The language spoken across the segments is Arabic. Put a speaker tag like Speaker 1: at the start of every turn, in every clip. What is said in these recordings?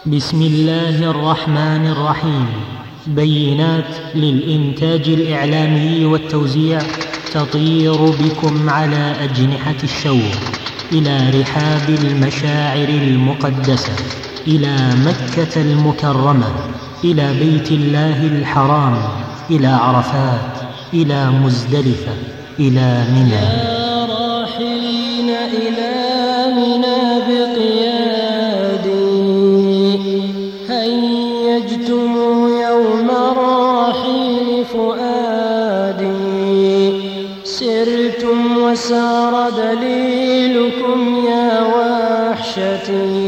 Speaker 1: بسم الله الرحمن الرحيم. بينات للإنتاج الإعلامي والتوزيع تطير بكم على أجنحة الشوق إلى رحاب المشاعر المقدسة، إلى مكة المكرمة، إلى بيت الله الحرام، إلى عرفات، إلى مزدلفة، إلى منى.
Speaker 2: يا راحلين إلى منى بقيادي، هيجتم يوم الرحيل فؤادي، سرتم وسار دليلكم يا وحشتي،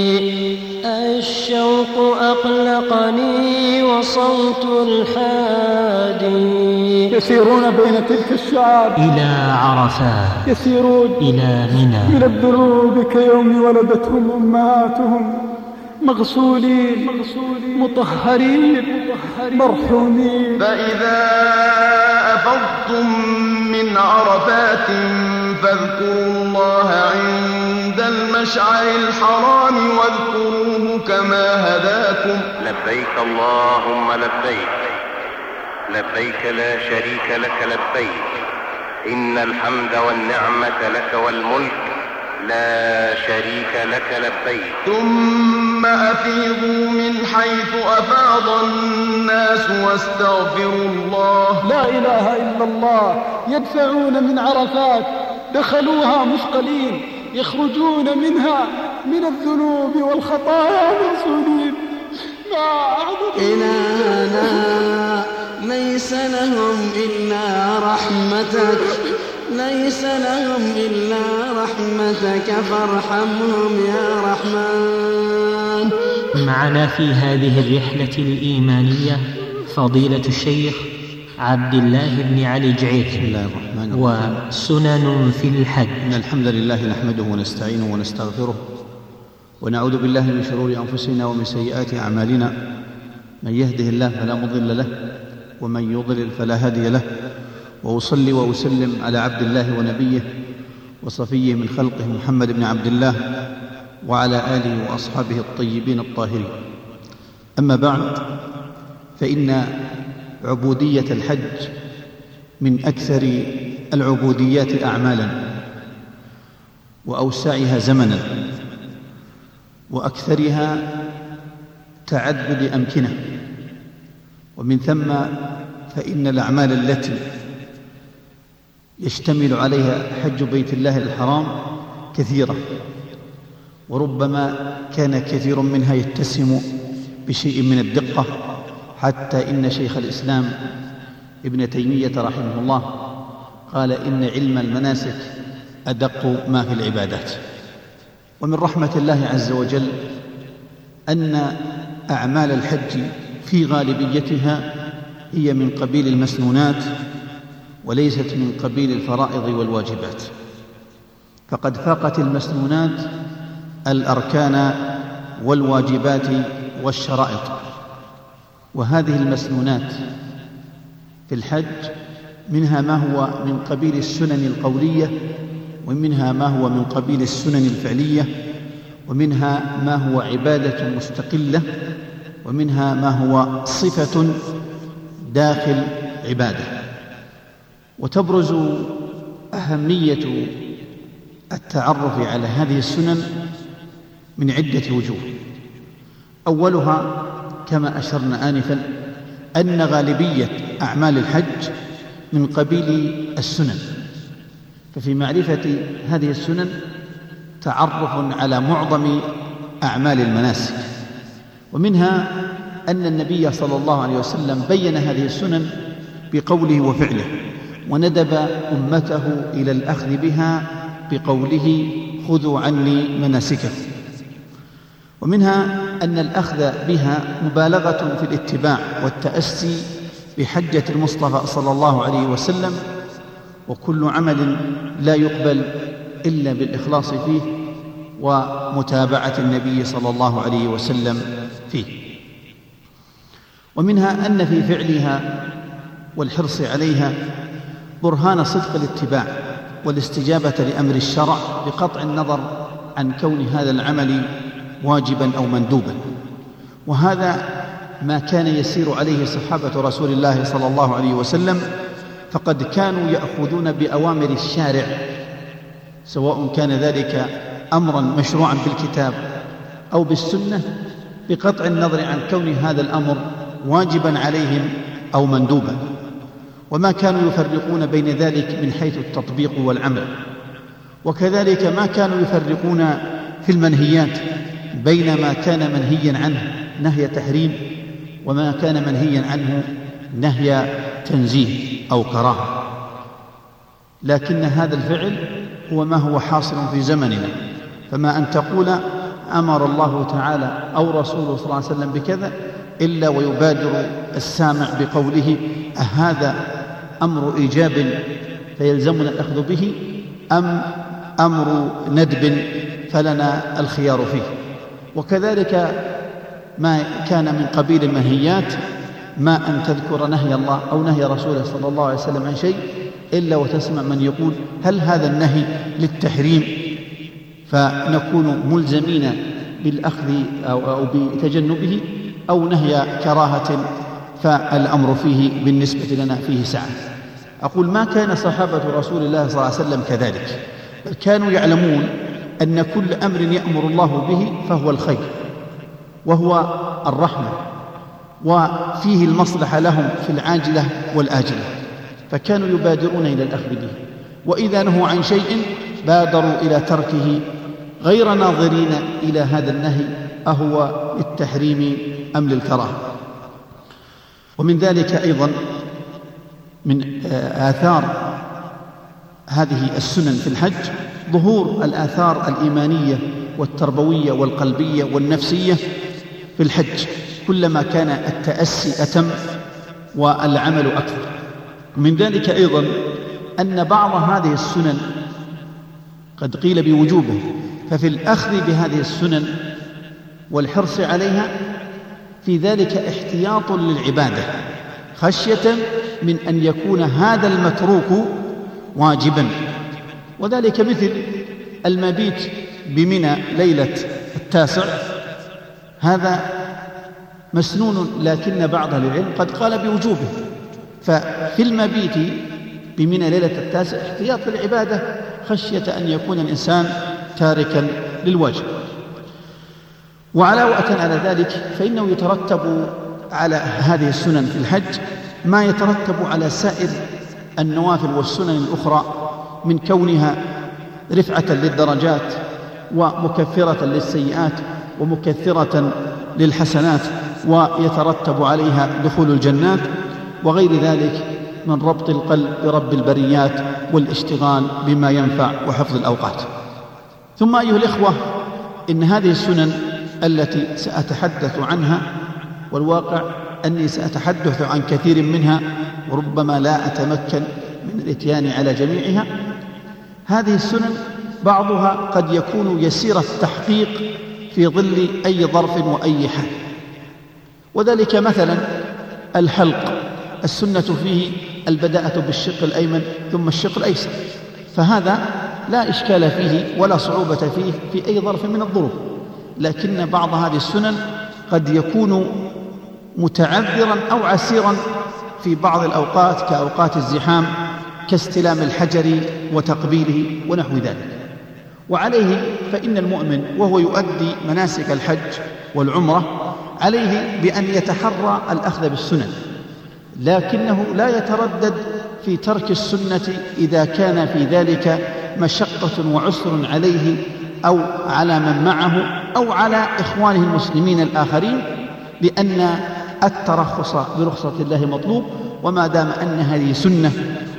Speaker 2: الشوق أقلقني وصوت الحادي.
Speaker 3: يسيرون بين تلك الشعاب
Speaker 1: إلى عرفات،
Speaker 3: يسيرون
Speaker 1: إلى منى،
Speaker 3: من الذنوب كيوم ولدتهم أمهاتهم، مغسولين مطهرين مرحومين.
Speaker 4: فإذا أفضتم من عرفات فاذكروا الله عند المشعر الحرام واذكروه كما هداكم.
Speaker 5: لبيك اللهم لبيك، لبيك لا شريك لك لبيك، إن الحمد والنعمة لك والملك لا شريك لك لبيك.
Speaker 4: ثم أفيضوا من حيث أفاض الناس واستغفروا الله.
Speaker 3: لا إله إلا الله. يدفعون من عرفات، دخلوها مثقلين، يخرجون منها من الذنوب والخطايا مغسولين.
Speaker 2: إلهنا ليس لهم إلا رحمتك، ليس لهم إلا رحمتك فارحمهم يا رحمن.
Speaker 1: معنا في هذه الرحلة الإيمانية فضيلة الشيخ عبد الله بن علي جعيث.
Speaker 6: بسم الله الرحمن الرحيم.
Speaker 1: وسنن في الحج.
Speaker 6: إن الحمد لله نحمده ونستعينه ونستغفره ونعوذ بالله من شرور أنفسنا ومن سيئات أعمالنا، من يهده الله فلا مضل له ومن يضلل فلا هادي له، وأصلي وأسلم على عبد الله ونبيه وصفيه من خلقه محمد بن عبد الله وعلى آله وأصحابه الطيبين الطاهرين. أما بعد، فإن عبودية الحج من أكثر العبوديات أعمالا وأوسعها زمنا وأكثرها تعدد أمكنة، ومن ثم فإن الأعمال التي يشتمل عليها حج بيت الله الحرام كثيرة، وربما كان كثير منها يتسم بشيء من الدقة، حتى إن شيخ الإسلام ابن تيمية رحمه الله قال إن علم المناسك أدق ما في العبادات. ومن رحمة الله عز وجل أن أعمال الحج في غالبيتها هي من قبيل المسنونات وليست من قبيل الفرائض والواجبات، فقد فاقت المسنونات الأركان والواجبات والشرائط. وهذه المسنونات في الحج منها ما هو من قبيل السنن القولية، ومنها ما هو من قبيل السنن الفعلية، ومنها ما هو عبادة مستقلة، ومنها ما هو صفة داخل عبادة. وتبرز أهمية التعرف على هذه السنن من عدة وجوه. أولها كما أشرنا آنفا أن غالبية أعمال الحج من قبيل السنن، ففي معرفة هذه السنن تعرف على معظم أعمال المناسك. ومنها أن النبي صلى الله عليه وسلم بين هذه السنن بقوله وفعله، وندب أمته إلى الأخذ بها بقوله خذوا عني مناسككم. ومنها أن الأخذ بها مبالغة في الاتباع والتأسي بحجة المصطفى صلى الله عليه وسلم، وكل عمل لا يقبل إلا بالإخلاص فيه ومتابعة النبي صلى الله عليه وسلم فيه. ومنها أن في فعلها والحرص عليها برهان صدق الاتباع والاستجابة لأمر الشرع بقطع النظر عن كون هذا العمل واجبا أو مندوبا. وهذا ما كان يسير عليه صحابة رسول الله صلى الله عليه وسلم، فقد كانوا يأخذون بأوامر الشارع، سواء كان ذلك أمرا مشروعا بالكتاب أو بالسنة، بقطع النظر عن كون هذا الأمر واجبا عليهم أو مندوبا، وما كانوا يفرقون بين ذلك من حيث التطبيق والعمل. وكذلك ما كانوا يفرقون في المنهيات بين ما كان منهيا عنه نهي تحريم وما كان منهيا عنه نهي تنزيه أو كراهة. لكن هذا الفعل هو ما هو حاصل في زمننا، فما أن تقول أمر الله تعالى أو رسوله صلى الله عليه وسلم بكذا إلا ويبادر السامع بقوله أهذا أمر إيجاب فيلزمنا الأخذ به أم أمر ندب فلنا الخيار فيه. وكذلك ما كان من قبيل المنهيات، ما أن تذكر نهي الله أو نهي رسوله صلى الله عليه وسلم عن شيء إلا وتسمع من يقول هل هذا النهي للتحريم فنكون ملزمين بالأخذ أو بتجنبه، أو نهي كراهة فالأمر فيه بالنسبة لنا فيه سعة. أقول ما كان صحابة رسول الله صلى الله عليه وسلم كذلك، بل كانوا يعلمون أن كل أمر يأمر الله به فهو الخير وهو الرحمة وفيه المصلحة لهم في العاجلة والآجلة، فكانوا يبادرون إلى الأخذ به، وإذا نهوا عن شيء بادروا إلى تركه غير ناظرين إلى هذا النهي أهو للتحريم أم للكراهة. ومن ذلك أيضا من آثار هذه السنن في الحج ظهور الآثار الإيمانية والتربوية والقلبية والنفسية في الحج، كلما كان التأسي أتم والعمل أكثر. من ذلك أيضا أن بعض هذه السنن قد قيل بوجوبه، ففي الأخذ بهذه السنن والحرص عليها في ذلك احتياط للعبادة، خشية من أن يكون هذا المتروك واجبا. وذلك مثل المبيت بمنى ليلة 9، هذا مسنون، لكن بعض أهل العلم قد قال بوجوبه. ففي المبيت بمنى ليلة 9 احتياط للعبادة خشية أن يكون الإنسان تاركا للواجب. وعلاوة على ذلك فإنه يترتب على هذه السنن في الحج ما يترتب على سائر النوافل والسنن الأخرى من كونها رفعة للدرجات ومكفرة للسيئات ومكثرة للحسنات، ويترتب عليها دخول الجنات وغير ذلك من ربط القلب برب البريات والاشتغال بما ينفع وحفظ الأوقات. ثم أيها الإخوة، إن هذه السنن التي سأتحدث عنها، والواقع أني سأتحدث عن كثير منها وربما لا أتمكن من الإتيان على جميعها، هذه السنن بعضها قد يكون يسير التحقيق في ظل أي ظرف وأي حال. وذلك مثلا الحلق، السنة فيه البداءة بالشق الأيمن ثم الشق الأيسر، فهذا لا إشكال فيه ولا صعوبة فيه في أي ظرف من الظروف. لكن بعض هذه السنن قد يكون متعذرا أو عسيرا في بعض الأوقات كأوقات الزحام، كاستلام الحجر وتقبيله ونحو ذلك. وعليه فإن المؤمن وهو يؤدي مناسك الحج والعمرة عليه بأن يتحرى الأخذ بالسنن، لكنه لا يتردد في ترك السنة إذا كان في ذلك مشقة وعسر عليه أو على من معه أو على إخوانه المسلمين الآخرين، لأن الترخص برخصة الله مطلوب، وما دام أن هذه سنة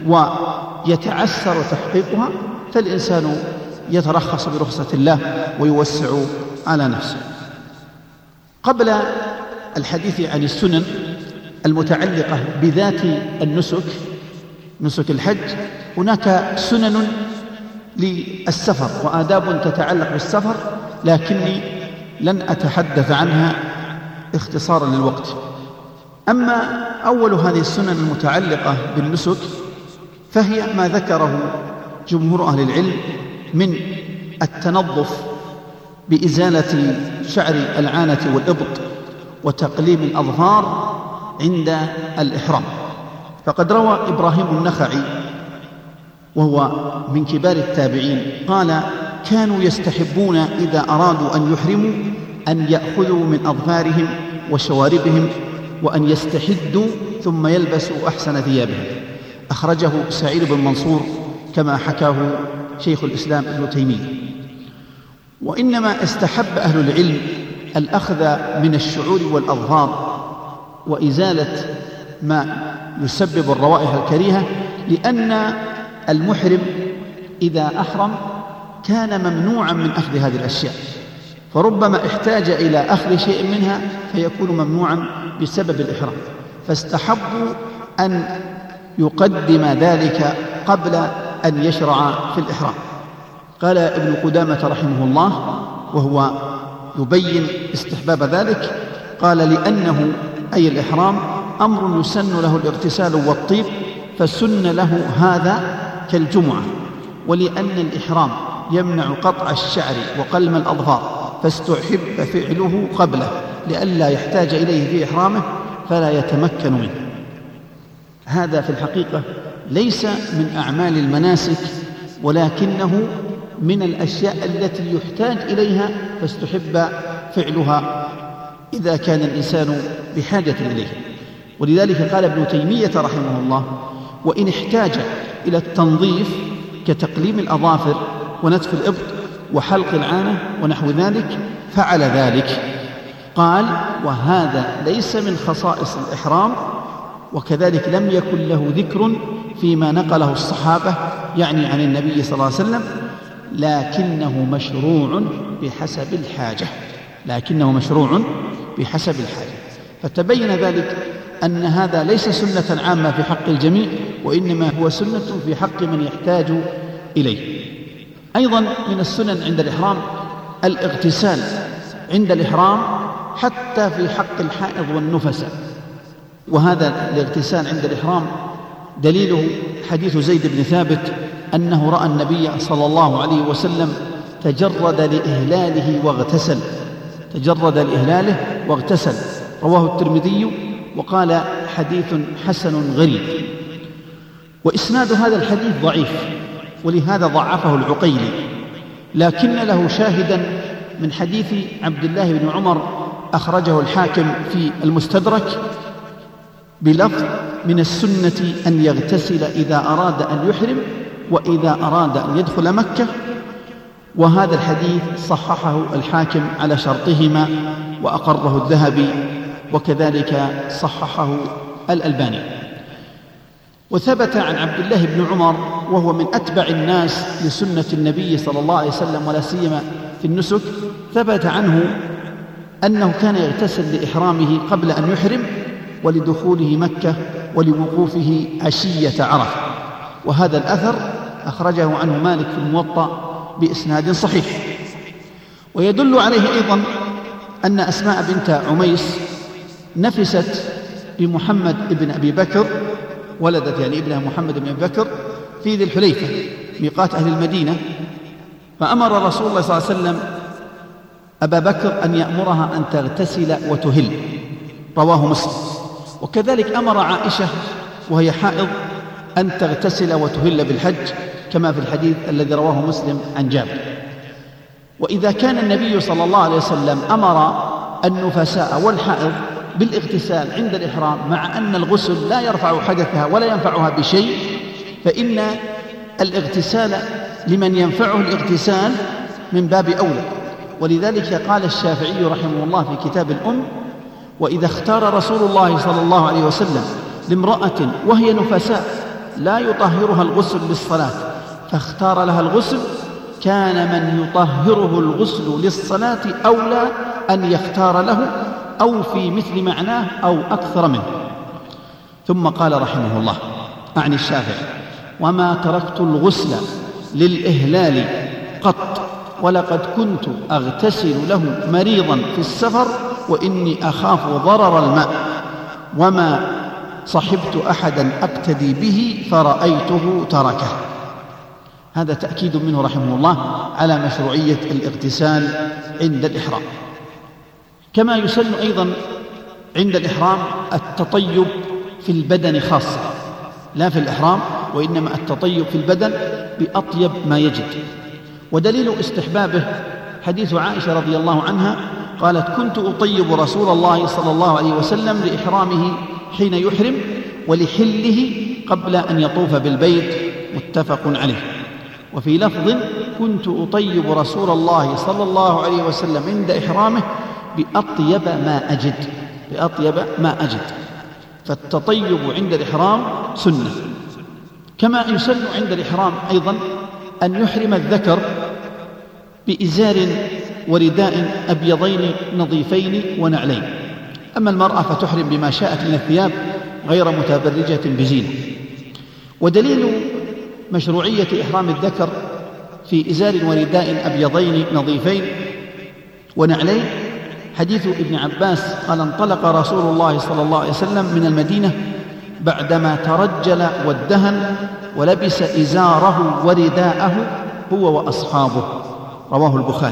Speaker 6: ويتعسر تحقيقها فالإنسان يترخص برخصة الله ويوسع على نفسه. قبل الحديث عن السنن المتعلقة بذات النسك، نسك الحج، هناك سنن للسفر وآداب تتعلق بالسفر، لكني لن أتحدث عنها اختصارا للوقت. أما أول هذه السنن المتعلقة بالنسك فهي ما ذكره جمهور أهل العلم من التنظف بإزالة شعر العانة والإبط وتقليم الأظفار عند الإحرام. فقد روى إبراهيم النخعي وهو من كبار التابعين قال: كانوا يستحبون إذا أرادوا أن يحرموا أن يأخذوا من أظفارهم وشواربهم وأن يستحدوا ثم يلبسوا أحسن ثيابهم. أخرجه سعيد بن منصور كما حكاه شيخ الإسلام ابن تيمية. وإنما استحب أهل العلم الأخذ من الشعور والأظفار وإزالة ما يسبب الروائح الكريهة، لأن المحرم إذا أحرم كان ممنوعا من أخذ هذه الأشياء، فربما احتاج إلى أخذ شيء منها فيكون ممنوعا بسبب الإحرام، فاستحبوا أن يقدم ذلك قبل أن يشرع في الإحرام. قال ابن قدامة رحمه الله وهو يبين استحباب ذلك، قال: لأنه أي الإحرام أمر يسن له الاغتسال والطيب، فسن له هذا كالجمعة، ولأن الإحرام يمنع قطع الشعر وقلم الأظفار، فاستحب فعله قبله لئلا يحتاج إليه في إحرامه فلا يتمكن منه. هذا في الحقيقة ليس من أعمال المناسك، ولكنه من الأشياء التي يحتاج إليها، فاستحب فعلها إذا كان الإنسان بحاجة إليه. ولذلك قال ابن تيمية رحمه الله: وإن احتاج إلى التنظيف كتقليم الأظافر ونتف الإبط وحلق العانة ونحو ذلك فعل ذلك. قال: وهذا ليس من خصائص الإحرام، وكذلك لم يكن له ذكر فيما نقله الصحابة يعني عن النبي صلى الله عليه وسلم، لكنه مشروع بحسب الحاجة، لكنه مشروع بحسب الحاجة. فتبين ذلك أن هذا ليس سنة عامة في حق الجميع، وإنما هو سنة في حق من يحتاج إليه. أيضا من السنن عند الإحرام الاغتسال عند الإحرام حتى في حق الحائض والنفساء، وهذا الاغتسال عند الإحرام دليله حديث زيد بن ثابت أنه رأى النبي صلى الله عليه وسلم تجرد لإهلاله واغتسل، تجرد لإهلاله واغتسل، رواه الترمذي وقال: حديث حسن غريب. وإسناد هذا الحديث ضعيف، ولهذا ضعفه العقيلي، لكن له شاهدا من حديث عبد الله بن عمر أخرجه الحاكم في المستدرك بلفظ: من السنة أن يغتسل إذا أراد أن يحرم وإذا أراد أن يدخل مكة. وهذا الحديث صححه الحاكم على شرطهما وأقره الذهبي، وكذلك صححه الألباني. وثبت عن عبد الله بن عمر وهو من أتبع الناس لسنة النبي صلى الله عليه وسلم ولا سيما في النسك، ثبت عنه أنه كان يغتسل لإحرامه قبل أن يحرم ولدخوله مكة ولوقوفه عشية عرفة. وهذا الأثر أخرجه عنه مالك في الموطأ بإسناد صحيح. ويدل عليه أيضا أن أسماء بنت عميس نفست بمحمد بن أبي بكر، ولدت يعني ابنها محمد بن أبي بكر في ذي الحليفة ميقات أهل المدينة، فأمر رسول الله صلى الله عليه وسلم أبا بكر أن يأمرها أن تغتسل وتهل، رواه مسلم. وكذلك أمر عائشة وهي حائض أن تغتسل وتهل بالحج كما في الحديث الذي رواه مسلم عن جابر. وإذا كان النبي صلى الله عليه وسلم أمر النفساء والحائض بالاغتسال عند الإحرام مع أن الغسل لا يرفع حدثها ولا ينفعها بشيء، فإن الاغتسال لمن ينفعه الاغتسال من باب أولى. ولذلك قال الشافعي رحمه الله في كتاب الأم: وإذا اختار رسول الله صلى الله عليه وسلم لامرأة وهي نفساء لا يطهرها الغسل للصلاة فاختار لها الغسل، كان من يطهره الغسل للصلاة أولى أن يختار له أو في مثل معناه أو أكثر منه. ثم قال رحمه الله عن الشافعي: وما تركت الغسل للإهلال قط، ولقد كنت أغتسل له مريضا في السفر وإني أخاف ضرر الماء، وما صحبت أحدا أقتدي به فرأيته تركه. هذا تأكيد منه رحمه الله على مشروعية الاغتسال عند الإحرام. كما يسن أيضا عند الإحرام التطيب في البدن خاصة، لا في الإحرام، وإنما التطيب في البدن بأطيب ما يجد. ودليل استحبابه حديث عائشة رضي الله عنها قالت: كنت أطيب رسول الله صلى الله عليه وسلم لإحرامه حين يحرم ولحله قبل أن يطوف بالبيت، متفق عليه. وفي لفظ: كنت أطيب رسول الله صلى الله عليه وسلم عند إحرامه بأطيب ما أجد، بأطيب ما أجد. فالتطيب عند الإحرام سنة. كما يسن عند الإحرام أيضا أن يحرم الذكر بإزار ورداء أبيضين نظيفين ونعلين. أما المرأة فتحرم بما شاءت من الثياب غير متبرجة بزينة. ودليل مشروعية إحرام الذكر في إزار ورداء أبيضين نظيفين ونعلين حديث ابن عباس قال: انطلق رسول الله صلى الله عليه وسلم من المدينة بعدما ترجل وادهن ولبس إزاره ورداءه هو وأصحابه، رواه البخاري.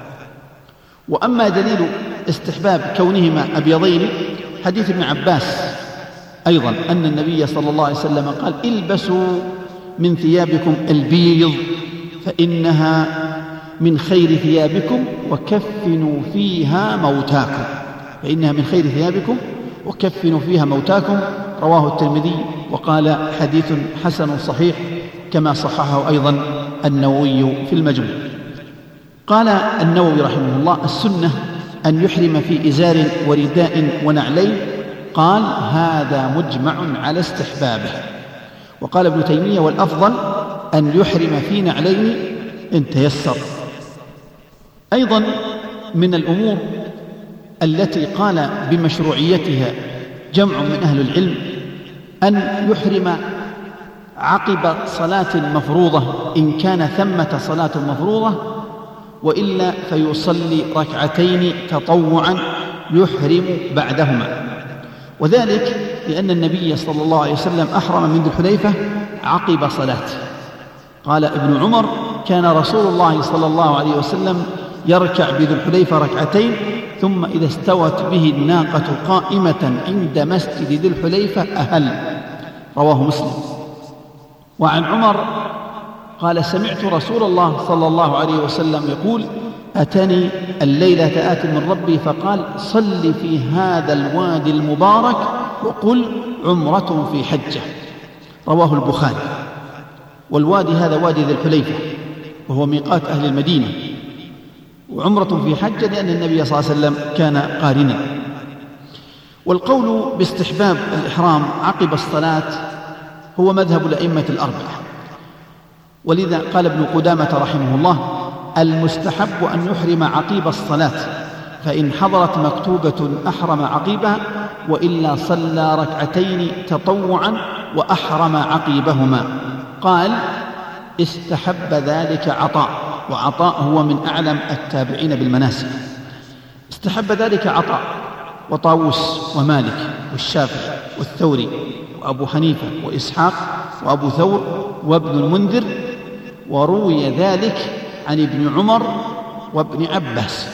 Speaker 6: وأما دليل استحباب كونهما أبيضين حديث ابن عباس أيضا أن النبي صلى الله عليه وسلم قال: البسوا من ثيابكم البيض فإنها من خير ثيابكم وكفنوا فيها موتاكم، فإنها من خير ثيابكم وكفنوا فيها موتاكم، رواه الترمذي وقال: حديث حسن صحيح، كما صححه أيضا النووي في المجموع. قال النووي رحمه الله: السنة أن يحرم في إزار ورداء ونعلين. قال: هذا مجمع على استحبابه. وقال ابن تيمية: والأفضل أن يحرم في نعلين إن تيسر. أيضا من الأمور التي قال بمشروعيتها جمع من أهل العلم أن يحرم عقب صلاة مفروضة إن كان ثمة صلاة مفروضة، وإلا فيصلي ركعتين تطوعا يحرم بعدهما. وذلك لأن النبي صلى الله عليه وسلم أحرم من ذي الحليفة عقب صلاة. قال ابن عمر: كان رسول الله صلى الله عليه وسلم يركع بذي الحليفة ركعتين، ثم إذا استوت به الناقة قائمة عند مسجد ذي الحليفة أهل، رواه مسلم. وعن عمر قال: سمعت رسول الله صلى الله عليه وسلم يقول: أتني الليلة آت من ربي فقال: صل في هذا الوادي المبارك وقل عمرة في حجة، رواه البخاري. والوادي هذا وادي ذي الحليفة، وهو ميقات أهل المدينة، وعمرة في حجة لأن النبي صلى الله عليه وسلم كان قارنا. والقول باستحباب الإحرام عقب الصلاة هو مذهب الأئمة الأربعة، ولذا قال ابن قدامة رحمه الله: المستحب أن يحرم عقيب الصلاة، فإن حضرت مكتوبة أحرم عقيبها، وإلا صلى ركعتين تطوعا وأحرم عقيبهما. قال: استحب ذلك عطاء، وعطاء هو من أعلم التابعين بالمناسك. استحب ذلك عطاء وطاووس ومالك والشافعي والثوري وأبو حنيفة وإسحاق وأبو ثور وابن المنذر، وروي ذلك عن ابن عمر وابن عباس،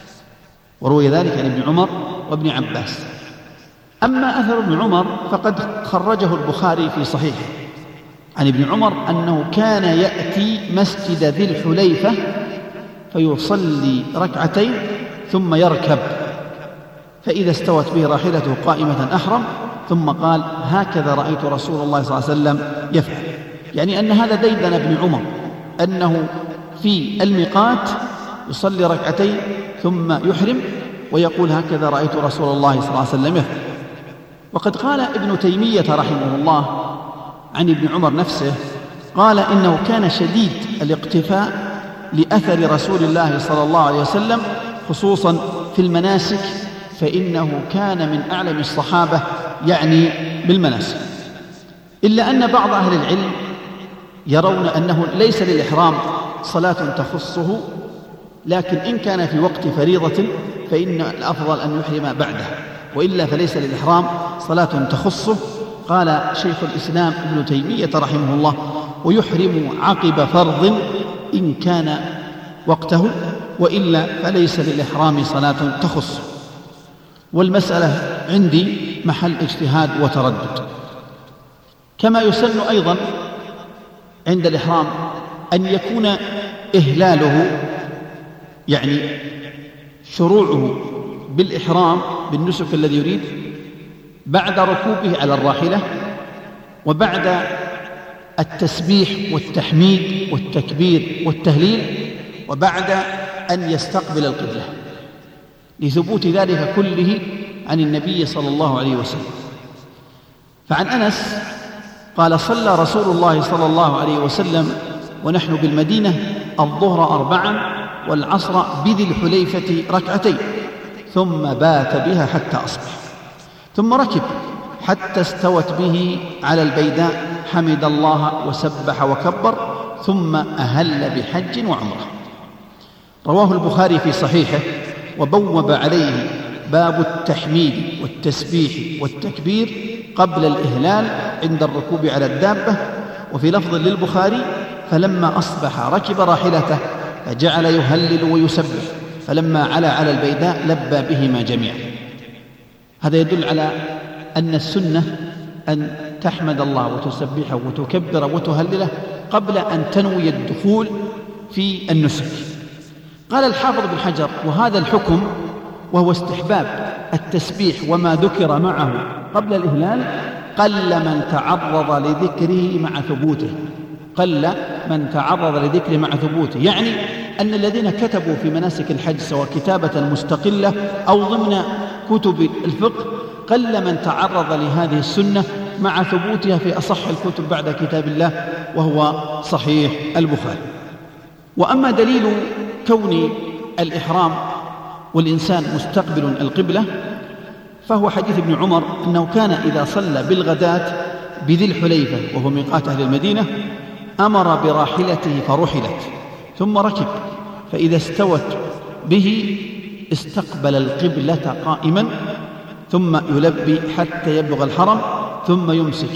Speaker 6: وابن عباس. أما أثر ابن عمر فقد خرجه البخاري في صحيحه عن ابن عمر أنه كان يأتي مسجد ذي الحليفة فيصلي ركعتين ثم يركب، فإذا استوت به راحلته قائمة أحرم، ثم قال: هكذا رأيت رسول الله صلى الله عليه وسلم يفعل. يعني أن هذا ديدن ابن عمر أنه في الميقات يصلي ركعتين ثم يحرم ويقول: هكذا رأيت رسول الله صلى الله عليه وسلم يفعل. وقد قال ابن تيمية رحمه الله عن ابن عمر نفسه، قال: إنه كان شديد الاقتفاء لأثر رسول الله صلى الله عليه وسلم خصوصا في المناسك، فإنه كان من أعلم الصحابة يعني بالمناسك. إلا أن بعض أهل العلم يرون أنه ليس للإحرام صلاة تخصه، لكن إن كان في وقت فريضة فإن الأفضل أن يحرم بعده، وإلا فليس للإحرام صلاة تخصه. قال شيخ الإسلام ابن تيمية رحمه الله: ويحرم عقب فرض إن كان وقته، وإلا فليس للإحرام صلاة تخصه. والمسألة عندي محل اجتهاد وتردد. كما يسن أيضا عند الإحرام أن يكون إهلاله، يعني شروعه بالإحرام بالنسك الذي يريد، بعد ركوبه على الراحلة، وبعد التسبيح والتحميد والتكبير والتهليل، وبعد أن يستقبل القبلة، لثبوت ذلك كله عن النبي صلى الله عليه وسلم. فعن أنس قال: صلى رسول الله صلى الله عليه وسلم ونحن بالمدينة الظهر 4 والعصر بذي الحليفة 2 ثم بات بها حتى أصبح، ثم ركب حتى استوت به على البيداء، حمد الله وسبح وكبر، ثم أهل بحج وعمرة. رواه البخاري في صحيحه، وبوب عليه باب التحميد والتسبيح والتكبير قبل الإهلال عند الركوب على الدابة. وفي لفظ للبخاري: فلما أصبح ركب راحلته فجعل يهلل ويسبح، فلما علا على البيداء لبى بهما جميعا. هذا يدل على أن السنة أن تحمد الله وتسبحه وتكبره وتهلله قبل أن تنوي الدخول في النسك. قال الحافظ بن حجر: وهذا الحكم وهو استحباب التسبيح وما ذكر معه قبل الإهلال قل من تعرض لذكره مع ثبوته، قل من تعرض لذكره مع ثبوته، يعني أن الذين كتبوا في مناسك الحج سواء كتابة مستقلة أو ضمن كتب الفقه قل من تعرض لهذه السنة مع ثبوتها في أصح الكتب بعد كتاب الله وهو صحيح البخاري. وأما دليل كون الإحرام والإنسان مستقبل القبلة فهو حديث ابن عمر أنه كان إذا صلى بالغداة بذي الحليفة وهو ميقات أهل المدينة أمر براحلته فرحلت، ثم ركب، فإذا استوت به استقبل القبلة قائما، ثم يلبي حتى يبلغ الحرم، ثم يمسك،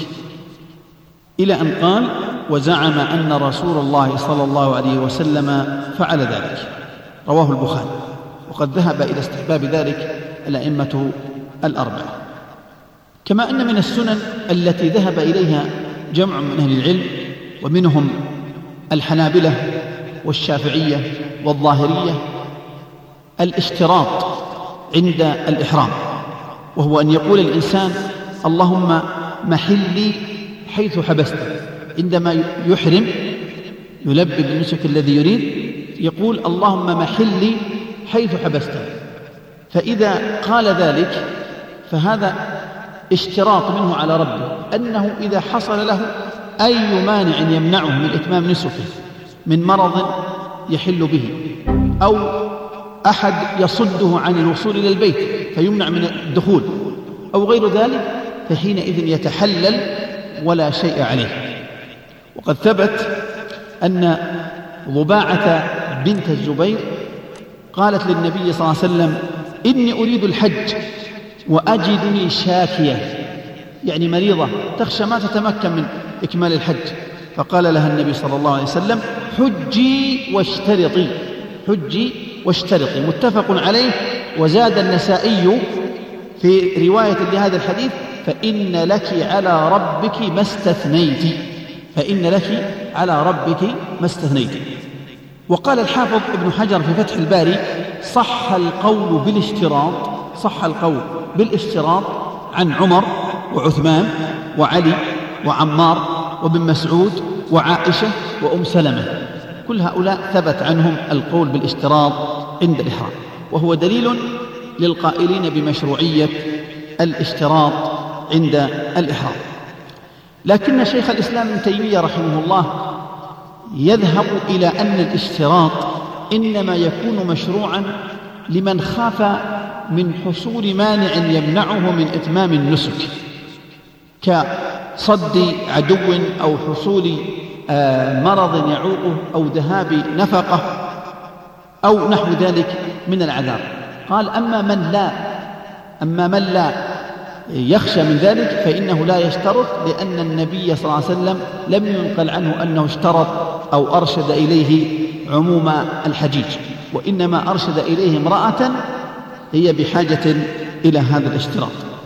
Speaker 6: إلى أن قال: وزعم أن رسول الله صلى الله عليه وسلم فعل ذلك. رواه البخاري. وقد ذهب إلى استحباب ذلك الأئمة الأربعة. كما أن من السنن التي ذهب إليها جمع من أهل العلم ومنهم الحنابلة والشافعية والظاهرية الاشتراط عند الإحرام، وهو أن يقول الإنسان: اللهم محلي حيث حبستني. عندما يحرم يلبي بالنسك الذي يريد يقول: اللهم محلي حيث حبستني. فإذا قال ذلك فهذا اشتراط منه على ربه أنه إذا حصل له أي مانع يمنعه من إتمام نسكه من مرض يحل به، أو أحد يصده عن الوصول إلى البيت فيمنع من الدخول أو غير ذلك، فحينئذ يتحلل ولا شيء عليه. وقد ثبت أن ضباعة بنت الزبير قالت للنبي صلى الله عليه وسلم: إني أريد الحج وأجدني شاكية، يعني مريضة تخشى ما تتمكن من إكمال الحج، فقال لها النبي صلى الله عليه وسلم: حجي واشترطي، حجي واشترطي، متفق عليه. وزاد النسائي في رواية لهذا الحديث: فإن لك على ربك ما استثنيت، فإن لك على ربك ما استثنيت. وقال الحافظ ابن حجر في فتح الباري: صح القول بالاشتراط، صح القول بالاشتراط عن عمر وعثمان وعلي وعمار وابن مسعود وعائشة وأم سلمة، كل هؤلاء ثبت عنهم القول بالاشتراط عند الإحرام، وهو دليل للقائلين بمشروعية الاشتراط عند الإحرام. لكن شيخ الإسلام ابن تيمية رحمه الله يذهب إلى أن الاشتراط إنما يكون مشروعا لمن خاف من حصول مانع يمنعه من إتمام النسك، كصد عدو أو حصول مرض يعوقه أو ذهاب نفقة أو نحو ذلك من العذاب. قال: أما من لا يخشى من ذلك فإنه لا يشترط، لأن النبي صلى الله عليه وسلم لم ينقل عنه أنه اشترط أو أرشد إليه عموم الحجيج، وإنما أرشد إليه امرأة هي بحاجة إلى هذا الاشتراط.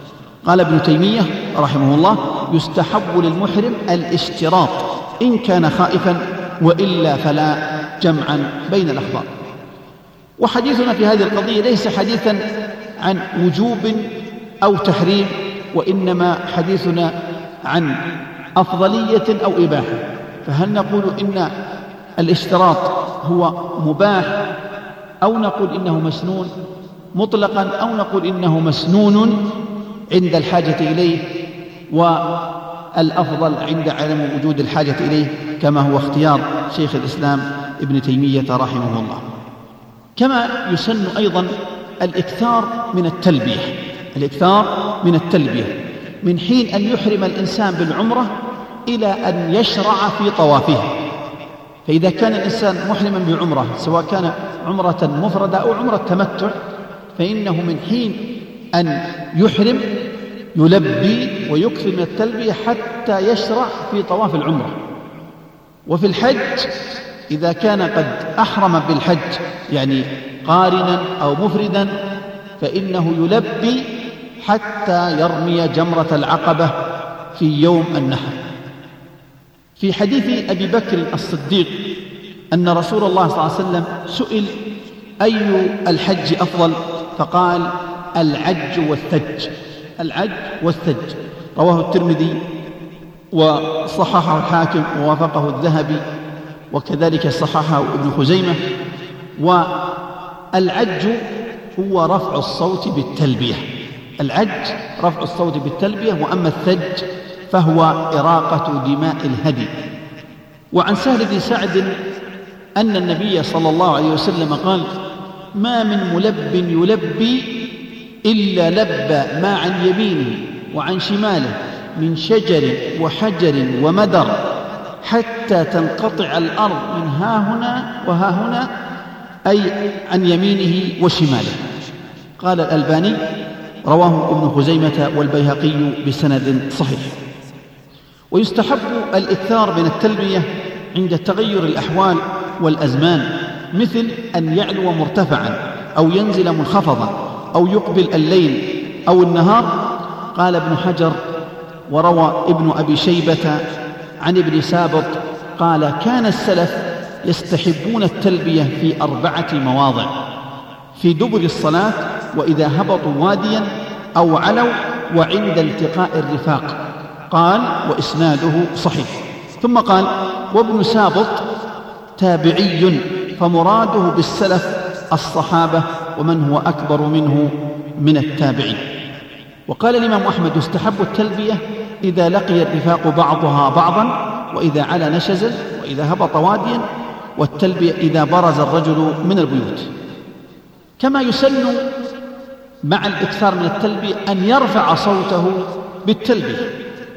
Speaker 6: قال ابن تيمية رحمه الله: يستحب للمحرم الاشتراط إن كان خائفا، وإلا فلا، جمعا بين الأخبار. وحديثنا في هذه القضية ليس حديثا عن وجوب أو تحريم، وإنما حديثنا عن أفضلية أو إباحة. فهل نقول إن الاشتراط هو مباح، أو نقول إنه مسنون مطلقا، أو نقول إنه مسنون عند الحاجة إليه، والأفضل عند عدم وجود الحاجة إليه، كما هو اختيار شيخ الإسلام ابن تيمية رحمه الله. كما يسن أيضا الإكثار من التلبية، الإكثار من التلبية من حين أن يحرم الإنسان بالعمرة إلى أن يشرع في طوافها. فإذا كان الإنسان محرما بعمرة، سواء كان عمرة مفردة أو عمرة تمتع، فإنه من حين أن يحرم يلبي ويكثر من التلبية حتى يشرع في طواف العمرة. وفي الحج إذا كان قد أحرم بالحج يعني قارنا أو مفردا، فإنه يلبي حتى يرمي جمرة العقبة في يوم النحر. في حديث أبي بكر الصديق أن رسول الله صلى الله عليه وسلم سئل: أي الحج أفضل؟ فقال: العج والثج. العج والثج. رواه الترمذي وصححه الحاكم ووافقه الذهبي، وكذلك صححه ابن خزيمة. والعج هو رفع الصوت بالتلبية، العج رفع الصوت بالتلبية. وأما الثج فهو إراقة دماء الهدي. وعن سهل بن سعد أن النبي صلى الله عليه وسلم قال: ما من ملب يلبي إلا لبى ما عن يمينه وعن شماله من شجر وحجر ومدر حتى تنقطع الأرض من ها هنا وها هنا، أي عن يمينه وشماله. قال الألباني: رواه ابن خزيمة والبيهقي بسند صحيح. ويستحب الإكثار من التلبية عند تغير الأحوال والأزمان، مثل أن يعلو مرتفعا أو ينزل منخفضا أو يقبل الليل أو النهار. قال ابن حجر: وروى ابن أبي شيبة عن ابن سابط قال: كان السلف يستحبون التلبية في 4 مواضع: في دبر الصلاة، وإذا هبطوا واديا أو علوا، وعند التقاء الرفاق. قال: وإسناده صحيح. ثم قال: وابن سابط تابعي، فمراده بالسلف الصحابة ومن هو أكبر منه من التابعين. وقال الإمام أحمد: يستحب التلبية إذا لقي الرفاق بعضها بعضا، وإذا علا نشزا، وإذا هبط واديا، والتلبية إذا برز الرجل من البيوت. كما يسن مع الإكثار من التلبية أن يرفع صوته بالتلبية،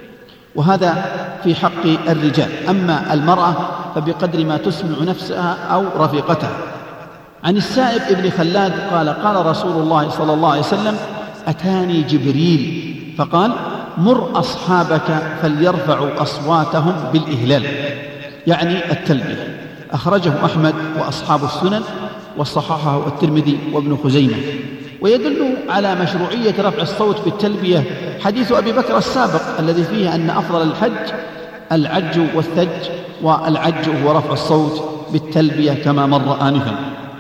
Speaker 6: وهذا في حق الرجال. أما المرأة فبقدر ما تسمع نفسها أو رفيقتها. عن السائب ابن خلاد قال: قال رسول الله صلى الله عليه وسلم: أتاني جبريل فقال: مر أصحابك فليرفعوا أصواتهم بالإهلال، يعني التلبية. أخرجه أحمد وأصحاب السنن، وصححه الترمذي وابن خزيمة. ويدل على مشروعية رفع الصوت بالتلبية حديث أبي بكر السابق الذي فيه أن أفضل الحج العج والثج، والعج هو رفع الصوت بالتلبية كما مر آنفا.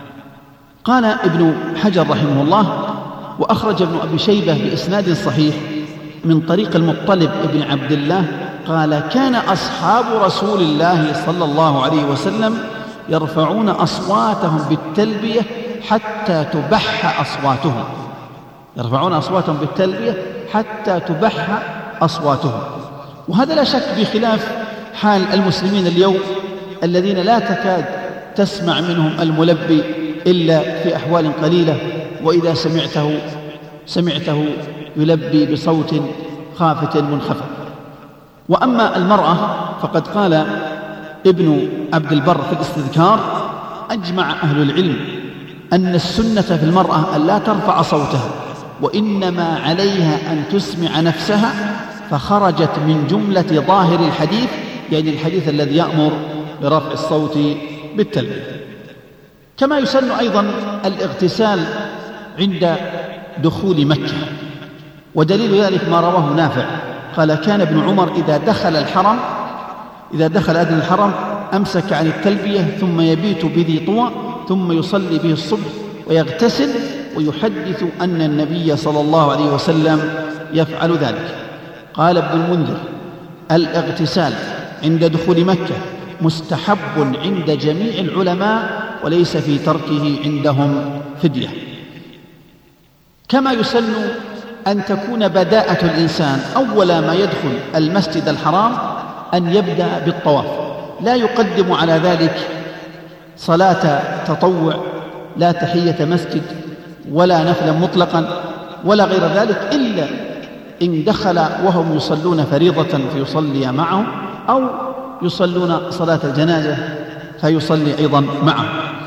Speaker 6: قال ابن حجر رحمه الله: وأخرج ابن أبي شيبة بإسناد صحيح من طريق المطلب ابن عبد الله قال: كان أصحاب رسول الله صلى الله عليه وسلم يرفعون أصواتهم بالتلبية حتى تبح أصواتهم، يرفعون أصواتهم بالتلبية حتى تبح أصواتهم. وهذا لا شك بخلاف حال المسلمين اليوم الذين لا تكاد تسمع منهم الملبي إلا في أحوال قليلة، وإذا سمعته يلبي بصوت خافت منخفض. وأما المرأة فقد قال ابن عبد البر في الاستذكار: أجمع أهل العلم أن السنة في المرأة أن لا ترفع صوتها، وإنما عليها أن تسمع نفسها، فخرجت من جملة ظاهر الحديث، يعني الحديث الذي يأمر برفع الصوت بالتلبية. كما يسن أيضا الاغتسال عند دخول مكة، ودليل ذلك ما رواه نافع قال كان ابن عمر إذا دخل أذن الحرم أمسك عن التلبية ثم يبيت بذي طوى ثم يصلي به الصبح ويغتسل ويحدث أن النبي صلى الله عليه وسلم يفعل ذلك. قال ابن المنذر الاغتسال عند دخول مكة مستحب عند جميع العلماء وليس في تركه عندهم فدية. كما يسن أن تكون بداءة الإنسان أول ما يدخل المسجد الحرام أن يبدأ بالطواف، لا يقدم على ذلك صلاة تطوع، لا تحية مسجد ولا نفلا مطلقا ولا غير ذلك، إلا إن دخل وهم يصلون فريضة فيصلي معهم، أو يصلون صلاة الجنازة فيصلي أيضا معهم،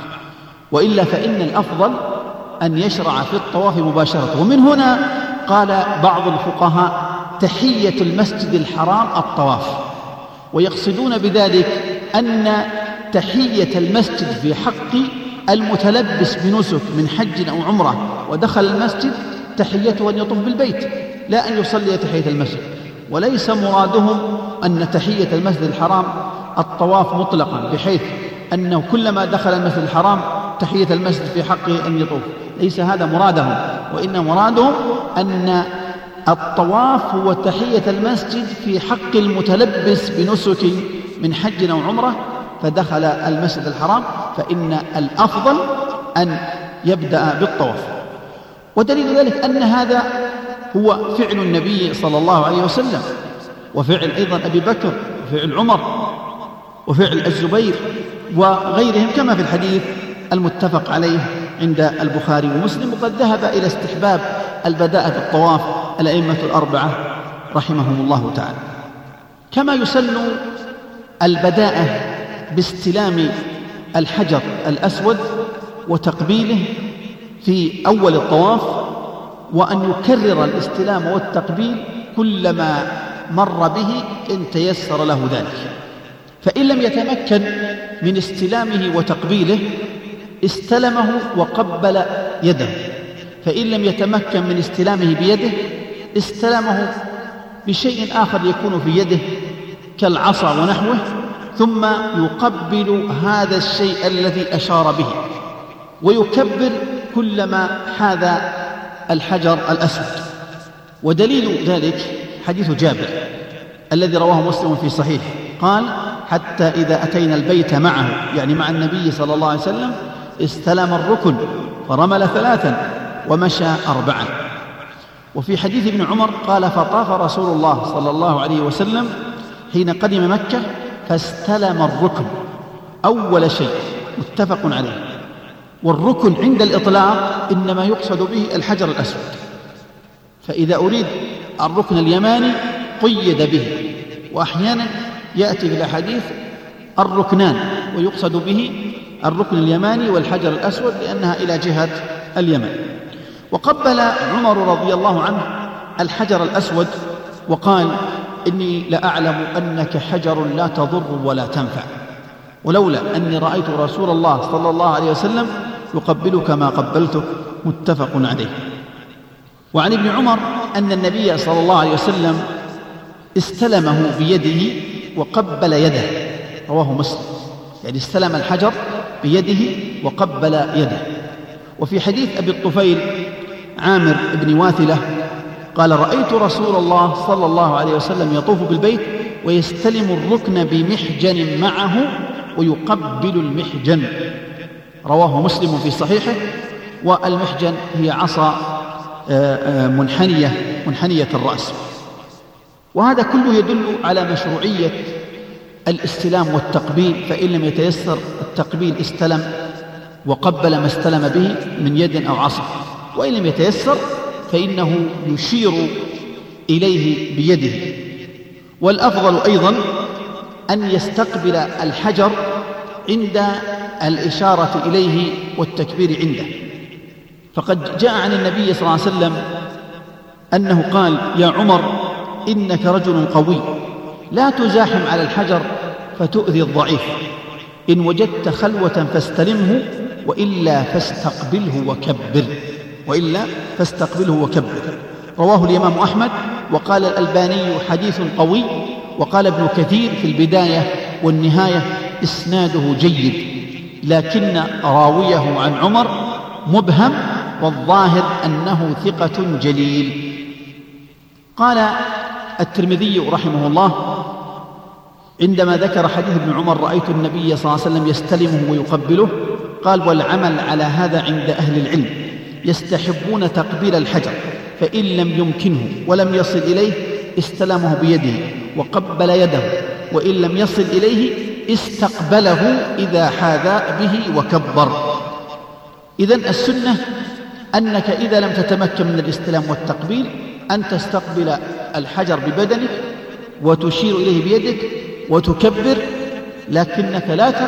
Speaker 6: وإلا فإن الأفضل أن يشرع في الطواف مباشرة. ومن هنا قال بعض الفقهاء تحية المسجد الحرام الطواف، ويقصدون بذلك أن تحية المسجد في حق المتلبس بنسك من حج أو عمرة ودخل المسجد تحيته أن يطوف بالبيت، لا أن يصلي تحية المسجد. وليس مرادهم أن تحية المسجد الحرام الطواف مطلقا، بحيث أنه كلما دخل المسجد الحرام تحية المسجد في حقه أن يطوف، ليس هذا مرادهم، وإن مرادهم أن الطواف هو تحية المسجد في حق المتلبس بنسك من حج أو عمرة فدخل المسجد الحرام، فإن الأفضل أن يبدأ بالطواف. ودليل ذلك أن هذا هو فعل النبي صلى الله عليه وسلم، وفعل أيضا أبي بكر، وفعل عمر، وفعل الزبير وغيرهم، كما في الحديث المتفق عليه عند البخاري ومسلم. وقد ذهب إلى استحباب البداءة بالطواف الأئمة الأربعة رحمهم الله تعالى. كما يسن البداءة باستلام الحجر الأسود وتقبيله في أول الطواف، وأن يكرر الاستلام والتقبيل كلما مر به إن تيسر له ذلك. فإن لم يتمكن من استلامه وتقبيله استلمه وقبل يده، فإن لم يتمكن من استلامه بيده استلمه بشيء آخر يكون في يده كالعصا ونحوه، ثم يقبل هذا الشيء الذي أشار به ويكبر كلما حاذا الحجر الأسود. ودليل ذلك حديث جابر الذي رواه مسلم في صحيحه قال حتى إذا أتينا البيت معه، يعني مع النبي صلى الله عليه وسلم، استلم الركن فرمل 3 ومشى 4. وفي حديث ابن عمر قال فطاف رسول الله صلى الله عليه وسلم حين قدم مكة فاستلم الركن أول شيء، متفق عليه. والركن عند الإطلاق إنما يقصد به الحجر الأسود، فإذا أريد الركن اليماني قيد به، وأحيانا يأتي في الأحاديث الركنان ويقصد به الركن اليماني والحجر الأسود لأنها إلى جهة اليمن. وقبل عمر رضي الله عنه الحجر الأسود وقال إني لأعلم أنك حجر لا تضر ولا تنفع، ولولا أني رأيت رسول الله صلى الله عليه وسلم يقبلك ما قبلتك، متفق عليه. وعن ابن عمر أن النبي صلى الله عليه وسلم استلمه بيده وقبل يده، رواه مسلم، يعني استلم الحجر بيده وقبل يده. وفي حديث أبي الطفيل عامر بن واثلة قال رأيت رسول الله صلى الله عليه وسلم يطوف بالبيت ويستلم الركن بمحجن معه ويقبل المحجن، رواه مسلم في صحيحه. والمحجن هي عصا منحنية الرأس. وهذا كله يدل على مشروعية الاستلام والتقبيل، فإن لم يتيسر التقبيل استلم وقبل ما استلم به من يد أو عصا، وإن لم يتيسر فإنه يشير إليه بيده. والأفضل أيضا أن يستقبل الحجر عند الإشارة إليه والتكبير عنده، فقد جاء عن النبي صلى الله عليه وسلم أنه قال يا عمر إنك رجل قوي لا تزاحم على الحجر فتؤذي الضعيف، إن وجدت خلوة فاستلمه وإلا فاستقبله وكبر. رواه الإمام أحمد، وقال الألباني حديث قوي، وقال ابن كثير في البداية والنهاية إسناده جيد، لكن راويه عن عمر مبهم، والظاهر أنه ثقة جليل. قال الترمذي رحمه الله عندما ذكر حديث ابن عمر: رأيت النبي صلى الله عليه وسلم يستلمه ويقبله، قال: والعمل على هذا عند أهل العلم، يستحبون تقبيل الحجر، فإن لم يمكنه ولم يصل إليه استلمه بيده وقبل يده، وإن لم يصل إليه استقبله إذا حاذى به وكبر. إذن السنة أنك إذا لم تتمكن من الاستلام والتقبيل أن تستقبل الحجر ببدنك وتشير إليه بيدك وتكبر، لكنك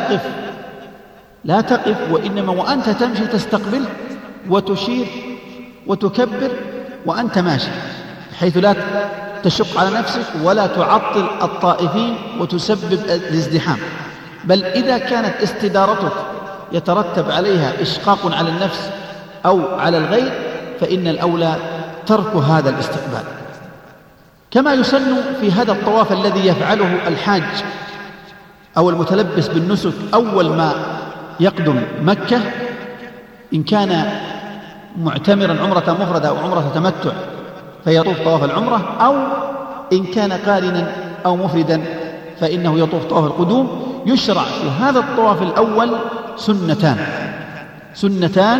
Speaker 6: لا تقف وإنما وأنت تمشي تستقبل وتشير وتكبر وأنت ماشي، بحيث لا تشق على نفسك ولا تعطل الطائفين وتسبب الازدحام. بل إذا كانت استدارتك يترتب عليها إشقاق على النفس أو على الغير فإن الأولى ترك هذا الاستقبال. كما يسن في هذا الطواف الذي يفعله الحاج أو المتلبس بالنسك أول ما يقدم مكة، إن كان معتمرا عمرة مفردة أو عمرة تمتع فيطوف طواف العمرة، أو إن كان قارنا أو مفردا فإنه يطوف طواف القدوم. يشرع في هذا الطواف الأول سنتان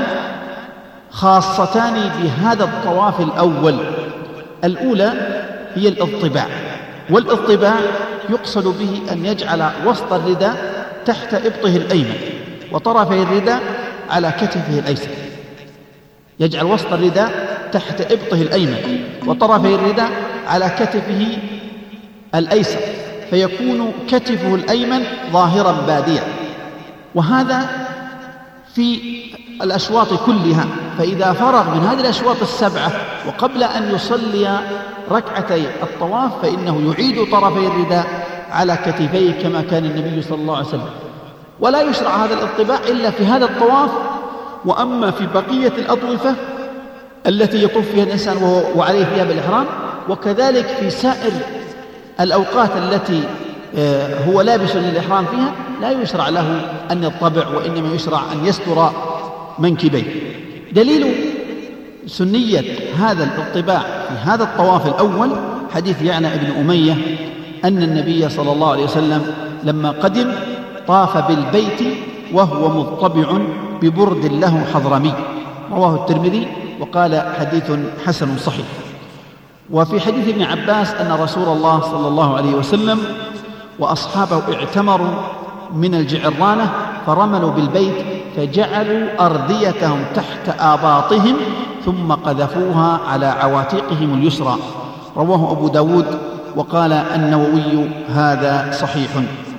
Speaker 6: خاصتان بهذا الطواف الأول. الأولى هي الاضطباع، والاضطباع يقصد به أن يجعل وسط الرداء تحت إبطه الأيمن وطرفي الرداء على كتفه الأيسر، يجعل وسط الرداء تحت إبطه الأيمن وطرفي الرداء على كتفه الأيسر، فيكون كتفه الأيمن ظاهرا باديا، وهذا في الأشواط كلها. فإذا فرغ من هذه الأشواط السبعة وقبل أن يصلي ركعتي الطواف فإنه يعيد طرفي الرداء على كتفيه كما كان النبي صلى الله عليه وسلم. ولا يشرع هذا الاطباع إلا في هذا الطواف. وأما في بقية الأطوفة التي يطوف فيها الإنسان وعليه ثياب الإحرام، وكذلك في سائر الأوقات التي هو لابس للإحرام فيها، لا يشرع له أن يطبع، وإنما يشرع أن يستر منكبيه. دليل سنية هذا الاطباع في هذا الطواف الأول حديث يعنى ابن أمية أن النبي صلى الله عليه وسلم لما قدم طاف بالبيت وهو مضطبع ببرد له حضرمي، رواه الترمذي وقال حديث حسن صحيح. وفي حديث ابن عباس أن رسول الله صلى الله عليه وسلم وأصحابه اعتمروا من الجعرانة فرملوا بالبيت فجعلوا أرديتهم تحت آباطهم ثم قذفوها على عواتقهم اليسرى، رواه أبو داود وقال النووي هذا صحيح.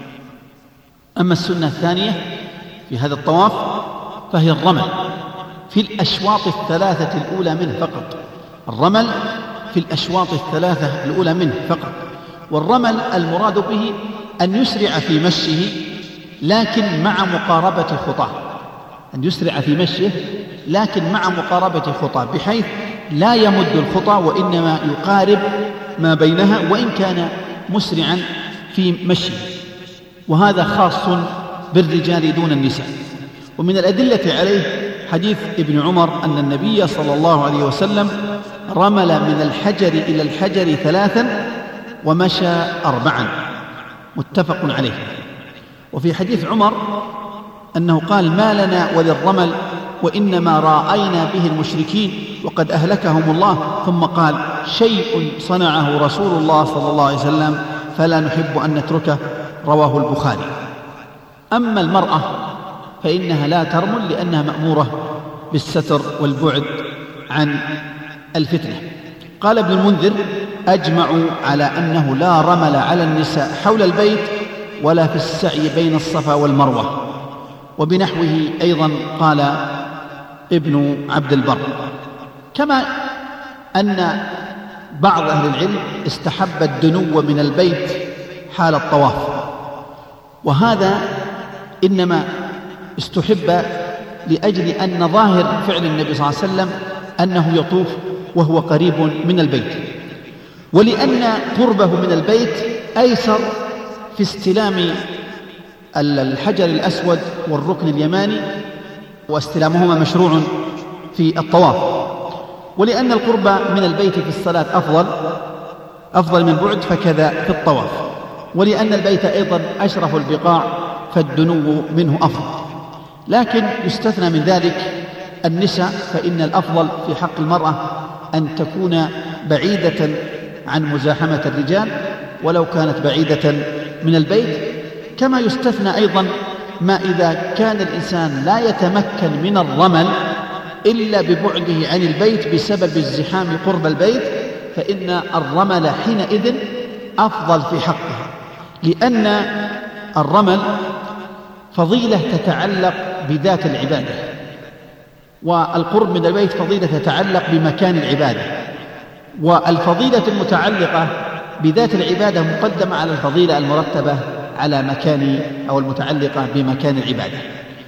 Speaker 6: أما السنة الثانية في هذا الطواف فهي الرمل في الأشواط الثلاثة الأولى منه فقط، الرمل في الأشواط الثلاثة الأولى منه فقط. والرمل المراد به أن يسرع في مشيه لكن مع مقاربة خطاه، أن يسرع في مشيه لكن مع مقاربة خطاه، بحيث لا يمد الخطى وإنما يقارب ما بينها وإن كان مسرعا في مشيه، وهذا خاص بالرجال دون النساء. ومن الأدلة عليه حديث ابن عمر أن النبي صلى الله عليه وسلم رمل من الحجر إلى الحجر 3 ومشى 4، متفق عليه. وفي حديث عمر أنه قال ما لنا وللرمل وإنما رأينا به المشركين وقد أهلكهم الله، ثم قال شيء صنعه رسول الله صلى الله عليه وسلم فلا نحب أن نتركه، رواه البخاري. أما المرأة فإنها لا ترمل لأنها مأمورة بالستر والبعد عن الفتنة. قال ابن المنذر أجمعوا على أنه لا رمل على النساء حول البيت ولا في السعي بين الصفا والمروة، وبنحوه أيضا قال ابن عبد البر. كما أن بعض أهل العلم استحب الدنو من البيت حال الطواف، وهذا إنما استحب لأجل أن ظاهر فعل النبي صلى الله عليه وسلم أنه يطوف وهو قريب من البيت، ولأن قربه من البيت أيسر في استلام الحجر الأسود والركن اليماني، واستلامهما مشروع في الطواف، ولأن القرب من البيت في الصلاة أفضل من بعد فكذا في الطواف، ولأن البيت أيضا أشرف البقاع فالدنو منه أفضل. لكن يستثنى من ذلك النساء، فإن الأفضل في حق المرأة أن تكون بعيدة عن مزاحمة الرجال ولو كانت بعيدة من البيت. كما يستثنى أيضا ما إذا كان الإنسان لا يتمكن من الرمل إلا ببعده عن البيت بسبب الزحام قرب البيت، فإن الرمل حينئذ أفضل في حقه، لأن الرمل فضيلة تتعلق بذات العبادة، والقرب من البيت فضيلة تتعلق بمكان العبادة، والفضيلة المتعلقة بذات العبادة مقدمة على الفضيلة المرتبة على مكان أو المتعلقة بمكان العبادة.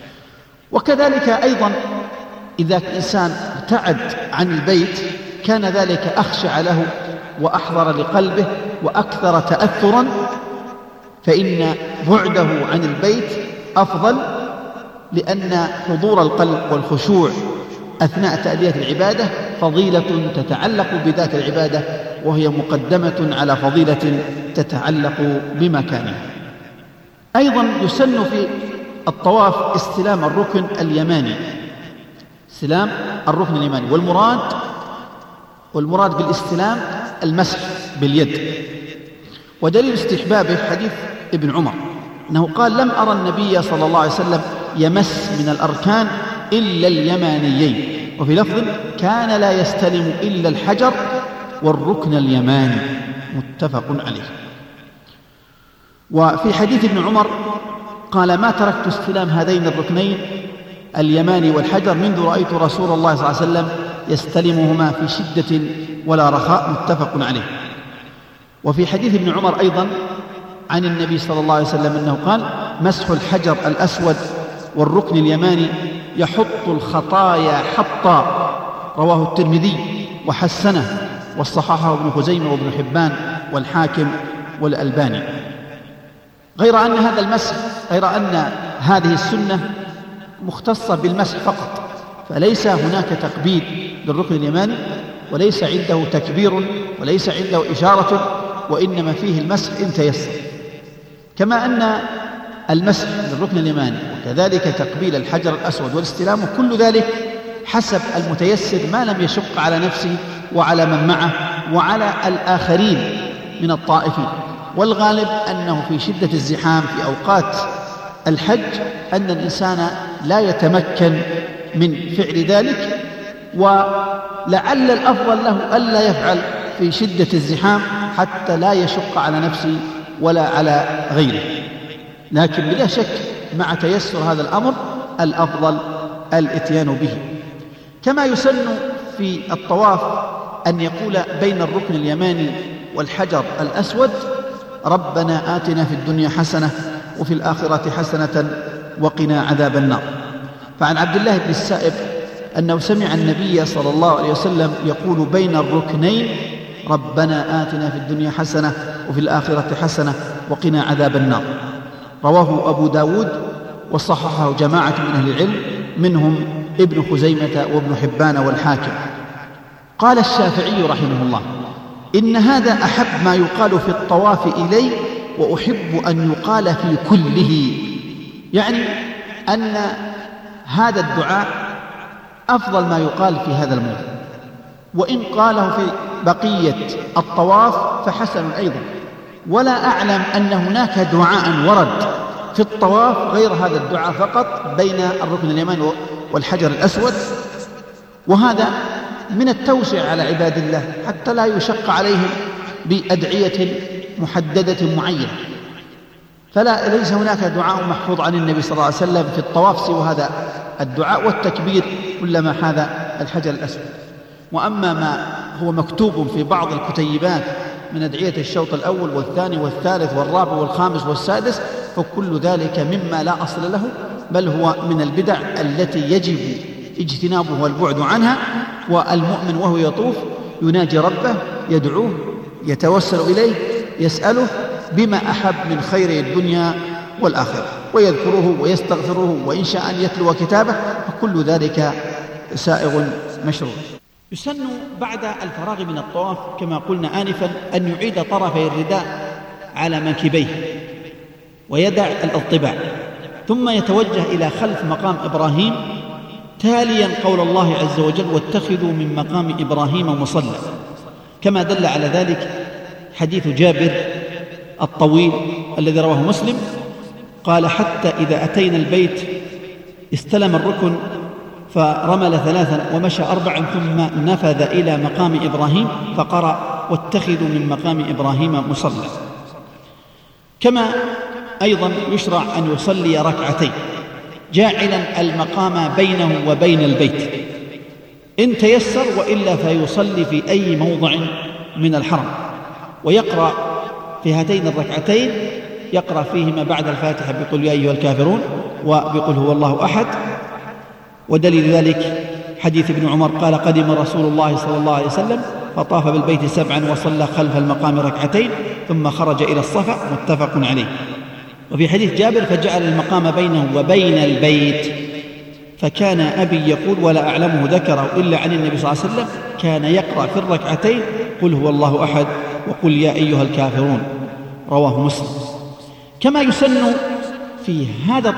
Speaker 6: وكذلك أيضا إذا الإنسان ابتعد عن البيت كان ذلك أخشع له وأحضر لقلبه وأكثر تأثرا، فإن بعده عن البيت أفضل، لأن حضور القلب والخشوع أثناء تأدية العبادة فضيلة تتعلق بذات العبادة، وهي مقدمة على فضيلة تتعلق بمكانها. أيضا يسن في الطواف استلام الركن اليماني، استلام الركن اليماني، والمراد بالاستلام المسح باليد. ودليل استحبابه حديث ابن عمر أنه قال: لم أرى النبي صلى الله عليه وسلم يمس من الأركان إلا اليمانيين، وفي لفظ: كان لا يستلم إلا الحجر والركن اليماني، متفق عليه. وفي حديث ابن عمر قال: ما تركت استلام هذين الركنين اليماني والحجر منذ رأيت رسول الله صلى الله عليه وسلم يستلمهما في شدة ولا رخاء، متفق عليه. وفي حديث ابن عمر أيضا عن النبي صلى الله عليه وسلم أنه قال: مسح الحجر الأسود والركن اليماني يحط الخطايا حطا، رواه الترمذي وحسنه والصححه ابن خزيمة وابن حبان والحاكم والألباني. غير أن هذه السنة مختصة بالمسح فقط، فليس هناك تقبيل للركن اليماني، وليس عنده تكبير، وليس عنده إشارة، وإنما فيه المسح إن تيسر. كما أن المسح للركن اليماني وكذلك تقبيل الحجر الأسود والاستلام، كل ذلك حسب المتيسر ما لم يشق على نفسه وعلى من معه وعلى الآخرين من الطائفين. والغالب أنه في شدة الزحام في أوقات الحج أن الإنسان لا يتمكن من فعل ذلك، ولعل الأفضل له ألا يفعل في شدة الزحام حتى لا يشق على نفسه ولا على غيره. لكن بلا شك مع تيسر هذا الأمر الأفضل الإتيان به. كما يسن في الطواف أن يقول بين الركن اليماني والحجر الأسود: ربنا آتنا في الدنيا حسنة وفي الآخرة حسنة وقنا عذاب النار. فعن عبد الله بن السائب أنه سمع النبي صلى الله عليه وسلم يقول بين الركنين: ربنا آتنا في الدنيا حسنة وفي الآخرة حسنة وقنا عذاب النار. رواه أبو داود وصححه جماعة من أهل العلم منهم ابن خزيمة وابن حبان والحاكم. قال الشافعي رحمه الله: إن هذا أحب ما يقال في الطواف إلي، وأحب أن يقال في كله. يعني أن هذا الدعاء أفضل ما يقال في هذا الموضع، وإن قاله في بقية الطواف فحسن أيضا. ولا أعلم أن هناك دعاء ورد في الطواف غير هذا الدعاء فقط بين الركن اليماني والحجر الأسود، وهذا من التوسع على عباد الله حتى لا يشق عليهم بأدعية محددة معينة. ليس هناك دعاء محفوظ عن النبي صلى الله عليه وسلم في الطواف سوى هذا الدعاء والتكبير كلما حاذ الحجر الأسود. وأما ما هو مكتوب في بعض الكتيبات من أدعية الشوط الأول والثاني والثالث والرابع والخامس والسادس فكل ذلك مما لا أصل له، بل هو من البدع التي يجب اجتنابه والبعد عنها. والمؤمن وهو يطوف يناجي ربه، يدعوه، يتوسل إليه، يسأله بما أحب من خير الدنيا والآخرة، ويذكره ويستغفره، وإن شاء أن يتلو كتابه، فكل ذلك سائغ مشروع. يسن بعد الفراغ من الطواف كما قلنا آنفا أن يعيد طرفي الرداء على منكبيه ويدع الاضطباع، ثم يتوجه إلى خلف مقام إبراهيم تاليا قول الله عز وجل: واتخذوا من مقام إبراهيم مصلى، كما دل على ذلك حديث جابر الطويل الذي رواه مسلم قال: حتى إذا أتينا البيت استلم الركن فرمل 3 ومشى 4 ثم نفذ إلى مقام إبراهيم فقرأ: واتخذوا من مقام إبراهيم مصلى. كما أيضا يشرع أن يصلي ركعتين جاعلا المقام بينه وبين البيت إن تيسر، وإلا فيصلي في أي موضع من الحرم، ويقرأ في هاتين الركعتين، يقرأ فيهما بعد الفاتحة بقل يا أيها الكافرون وبقل هو الله أحد. ودليل ذلك حديث ابن عمر قال: قدم رسول الله صلى الله عليه وسلم فطاف بالبيت 7 وصلى خلف المقام ركعتين ثم خرج إلى الصفا، متفق عليه. وفي حديث جابر: فجعل المقام بينه وبين البيت، فكان أبي يقول ولا أعلمه ذكره إلا عن النبي صلى الله عليه وسلم كان يقرأ في الركعتين قل هو الله أحد وقل يا أيها الكافرون، رواه مسلم. كما يسن في هذا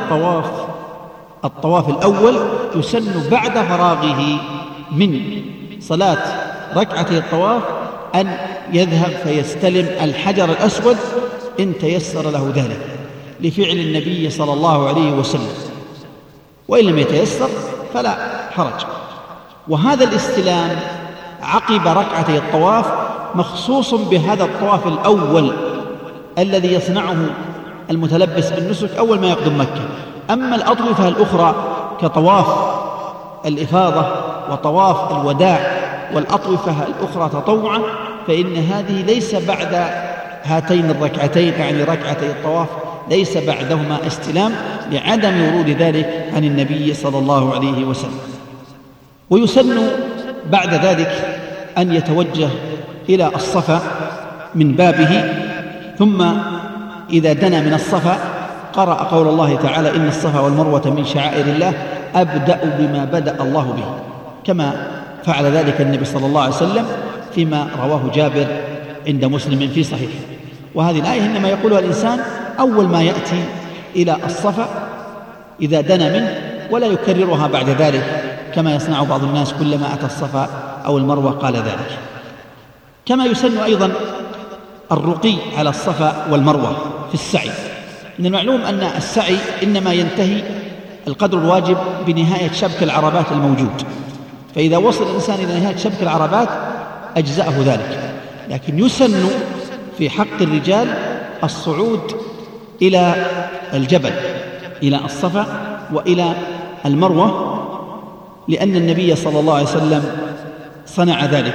Speaker 6: الطواف الأول يسن بعد فراغه من صلاة ركعتي الطواف أن يذهب فيستلم الحجر الأسود إن تيسر له ذلك لفعل النبي صلى الله عليه وسلم، وإن لم يتيسر فلا حرج. وهذا الاستلام عقب ركعتي الطواف مخصوص بهذا الطواف الأول الذي يصنعه المتلبس بالنسك أول ما يقدم مكة. أما الأطوفة الأخرى كطواف الإفاضة وطواف الوداع والأطوفة الأخرى تطوعا فإن هذه ليس بعد هاتين الركعتين، يعني ركعتي الطواف ليس بعدهما استلام لعدم ورود ذلك عن النبي صلى الله عليه وسلم. ويسن بعد ذلك أن يتوجه إلى الصفا من بابه، ثم إذا دنا من الصفا قرأ قول الله تعالى: إن الصفا والمروة من شعائر الله أبدأ بما بدأ الله به، كما فعل ذلك النبي صلى الله عليه وسلم فيما رواه جابر عند مسلم في صحيح. وهذه الآية إنما يقولها الإنسان أول ما يأتي إلى الصفا إذا دنا منه، ولا يكررها بعد ذلك كما يصنع بعض الناس كلما أتى الصفا أو المروة قال ذلك. كما يسن أيضا الرقي على الصفا والمروة في السعي. من المعلوم أن السعي إنما ينتهي القدر الواجب بنهاية شبك العربات الموجود، فإذا وصل الإنسان إلى نهاية شبك العربات أجزأه ذلك. لكن يسن في حق الرجال الصعود إلى الجبل، إلى الصفا وإلى المروة، لأن النبي صلى الله عليه وسلم صنع ذلك.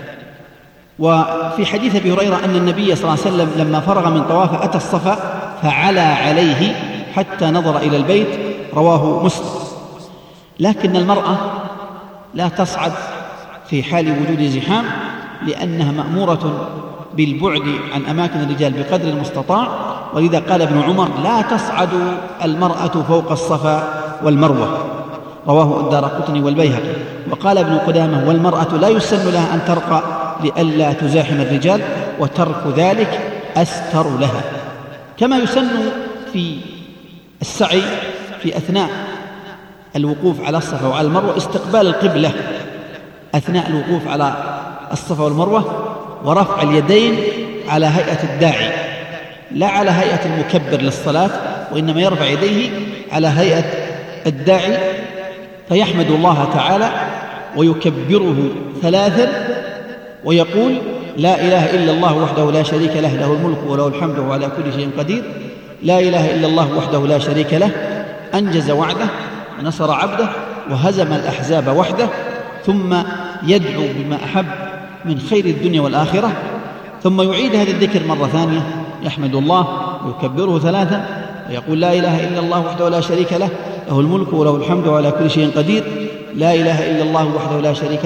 Speaker 6: وفي حديث أبي هريرة أن النبي صلى الله عليه وسلم لما فرغ من طوافه أتى الصفا فعلى عليه حتى نظر إلى البيت، رواه مسلم. لكن المرأة لا تصعد في حال وجود زحام، لأنها مأمورة بالبعد عن أماكن الرجال بقدر المستطاع، ولذا قال ابن عمر: لا تصعد المرأة فوق الصفا والمروة، رواه الدارقطني والبيهقي. وقال ابن قدامة: والمرأة لا يسن لها أن ترقى لئلا تزاحم الرجال، وترك ذلك أستر لها. كما يسن في السعي في أثناء الوقوف على الصفا وعلى المروة استقبال القبلة أثناء الوقوف على الصفا والمروة، ورفع اليدين على هيئة الداعي لا على هيئة المكبر للصلاة، وإنما يرفع يديه على هيئة الداعي فيحمد الله تعالى ويكبره 3 ويقول: لا إله إلا الله وحده لا شريك له، له الملك وله الحمد وهو على كل شيء قدير. لا إله إلا الله وحده لا شريك له، أنجز وعده ونصر عبده وهزم الأحزاب وحده. ثم يدعو بما أحب من خير الدنيا والآخرة، ثم يعيد هذا الذكر مرة ثانية، يحمد الله ويكبره 3 ويقول: لا إله إلا الله وحده لا شريك له، له الملك وله الحمد وهو على كل شيء قدير. لا إله إلا الله وحده لا شريك له،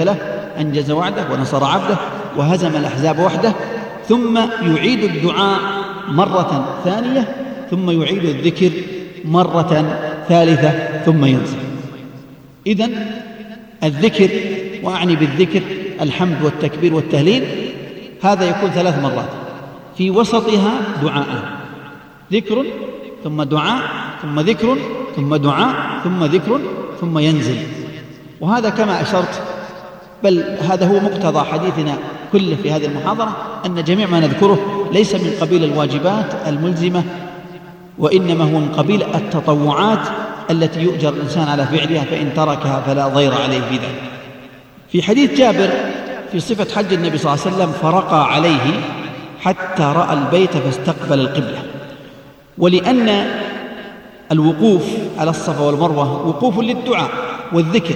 Speaker 6: أنجز وعده ونصر عبده وهزم الأحزاب وحده، ثم يعيد الدعاء مرة ثانية، ثم يعيد الذكر مرة ثالثة، ثم ينزل. إذن الذكر، وأعني بالذكر الحمد والتكبير والتهليل، هذا يكون 3 مرات، في وسطها دعاء، ذكر ثم دعاء ثم ذكر ثم دعاء ثم ذكر ثم ينزل. وهذا كما أشرت، بل هذا هو مقتضى حديثنا كله في هذه المحاضرة، أن جميع ما نذكره ليس من قبيل الواجبات الملزمة، وإنما هو من قبيل التطوعات التي يؤجر الإنسان على فعلها، فإن تركها فلا ضير عليه في ذلك. في حديث جابر في صفة حج النبي صلى الله عليه وسلم: فرقى عليه حتى رأى البيت فاستقبل القبلة. ولأن الوقوف على الصفا والمروة وقوف للدعاء والذكر،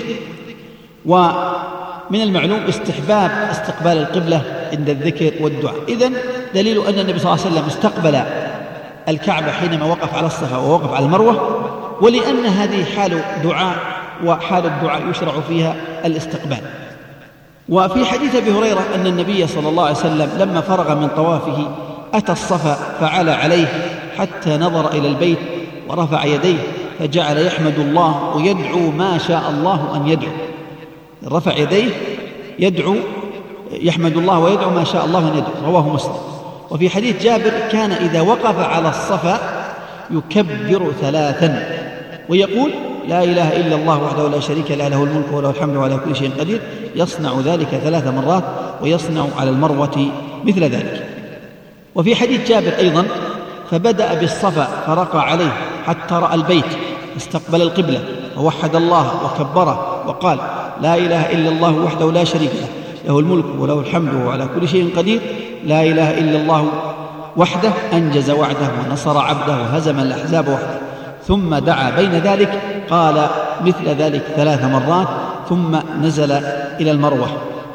Speaker 6: ومن المعلوم استحباب استقبال القبلة عند الذكر والدعاء. إذن دليل أن النبي صلى الله عليه وسلم استقبل الكعبة حينما وقف على الصفا ووقف على المروة، ولأن هذه حال دعاء، وحال الدعاء يشرع فيها الاستقبال. وفي حديث أبي هريرة أن النبي صلى الله عليه وسلم لما فرغ من طوافه أتى الصفا فعلى عليه حتى نظر إلى البيت ورفع يديه فجعل يحمد الله ويدعو ما شاء الله أن يدعو. رفع يديه يدعو، يحمد الله ويدعو ما شاء الله أن يدعو، رواه مسلم. وفي حديث جابر: كان إذا وقف على الصفا يكبر 3 ويقول: لا إله إلا الله وحده لا شريك له، له الملك وله الحمد وعلى كل شيء قدير. يصنع ذلك 3 مرات، ويصنع على المروة مثل ذلك. وفي حديث جابر أيضا: فبدأ بالصفا فرقى عليه حتى رأى البيت، استقبل القبلة ووحد الله وكبره وقال: لا إله إلا الله وحده لا شريك له، له الملك وله الحمد وعلى كل شيء قدير. لا إله إلا الله وحده أنجز وعده ونصر عبده وهزم الأحزاب وحده. ثم دعا بين ذلك، قال مثل ذلك 3 مرات، ثم نزل إلى المروة،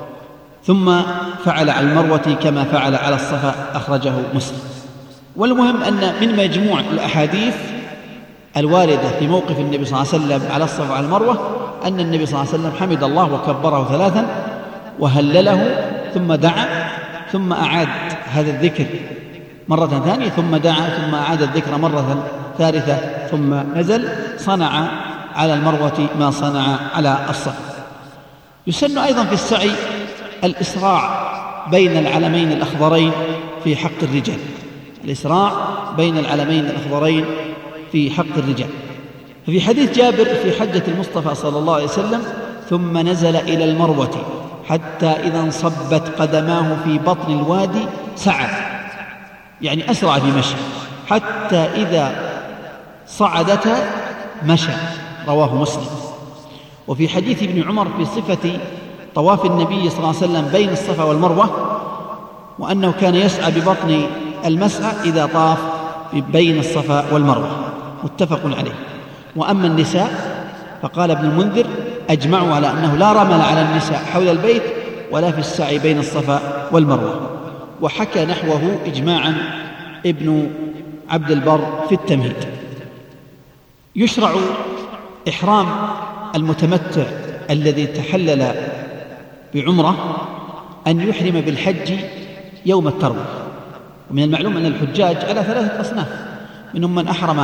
Speaker 6: ثم فعل على المروة كما فعل على الصفا، أخرجه مسلم. والمهم أن من مجموع الأحاديث الواردة في موقف النبي صلى الله عليه وسلم على الصفا وعلى المروة أن النبي صلى الله عليه وسلم حمد الله وكبره 3 وهلله، ثم دعا، ثم أعاد هذا الذكر مرة ثانية، ثم دعا، ثم أعاد الذكر مرة ثالثة، ثم نزل. صنع على المروة ما صنع على الصفا. يسن أيضا في السعي الإسراع بين العلمين الأخضرين في حق الرجال، الإسراع بين العلمين الأخضرين في حق الرجال. ففي حديث جابر في حجة المصطفى صلى الله عليه وسلم: ثم نزل إلى المروة حتى إذا انصبت قدماه في بطن الوادي سعى، يعني أسرع في مشي، حتى إذا صعدتا مشى، رواه مسلم. وفي حديث ابن عمر في صفة طواف النبي صلى الله عليه وسلم بين الصفا والمروة، وأنه كان يسعى ببطن المسعى إذا طاف بين الصفا والمروة، متفق عليه. وأما النساء فقال ابن المنذر: أجمعوا على أنه لا رمل على النساء حول البيت ولا في السعي بين الصفا والمروة. وحكى نحوه إجماعا ابن عبد البر في التمهيد. يشرع إحرام المتمتع الذي تحلل بعمرة أن يحرم بالحج يوم التروية. ومن المعلوم أن الحجاج على 3 أصناف: منهم من أحرم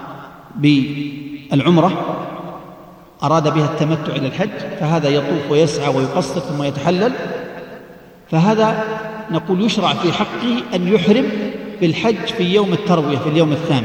Speaker 6: بالعمرة أراد بها التمتع إلى الحج، فهذا يطوف ويسعى ويقصر ثم يتحلل، فهذا نقول يشرع في حقه أن يحرم بالحج في يوم التروية في اليوم 8.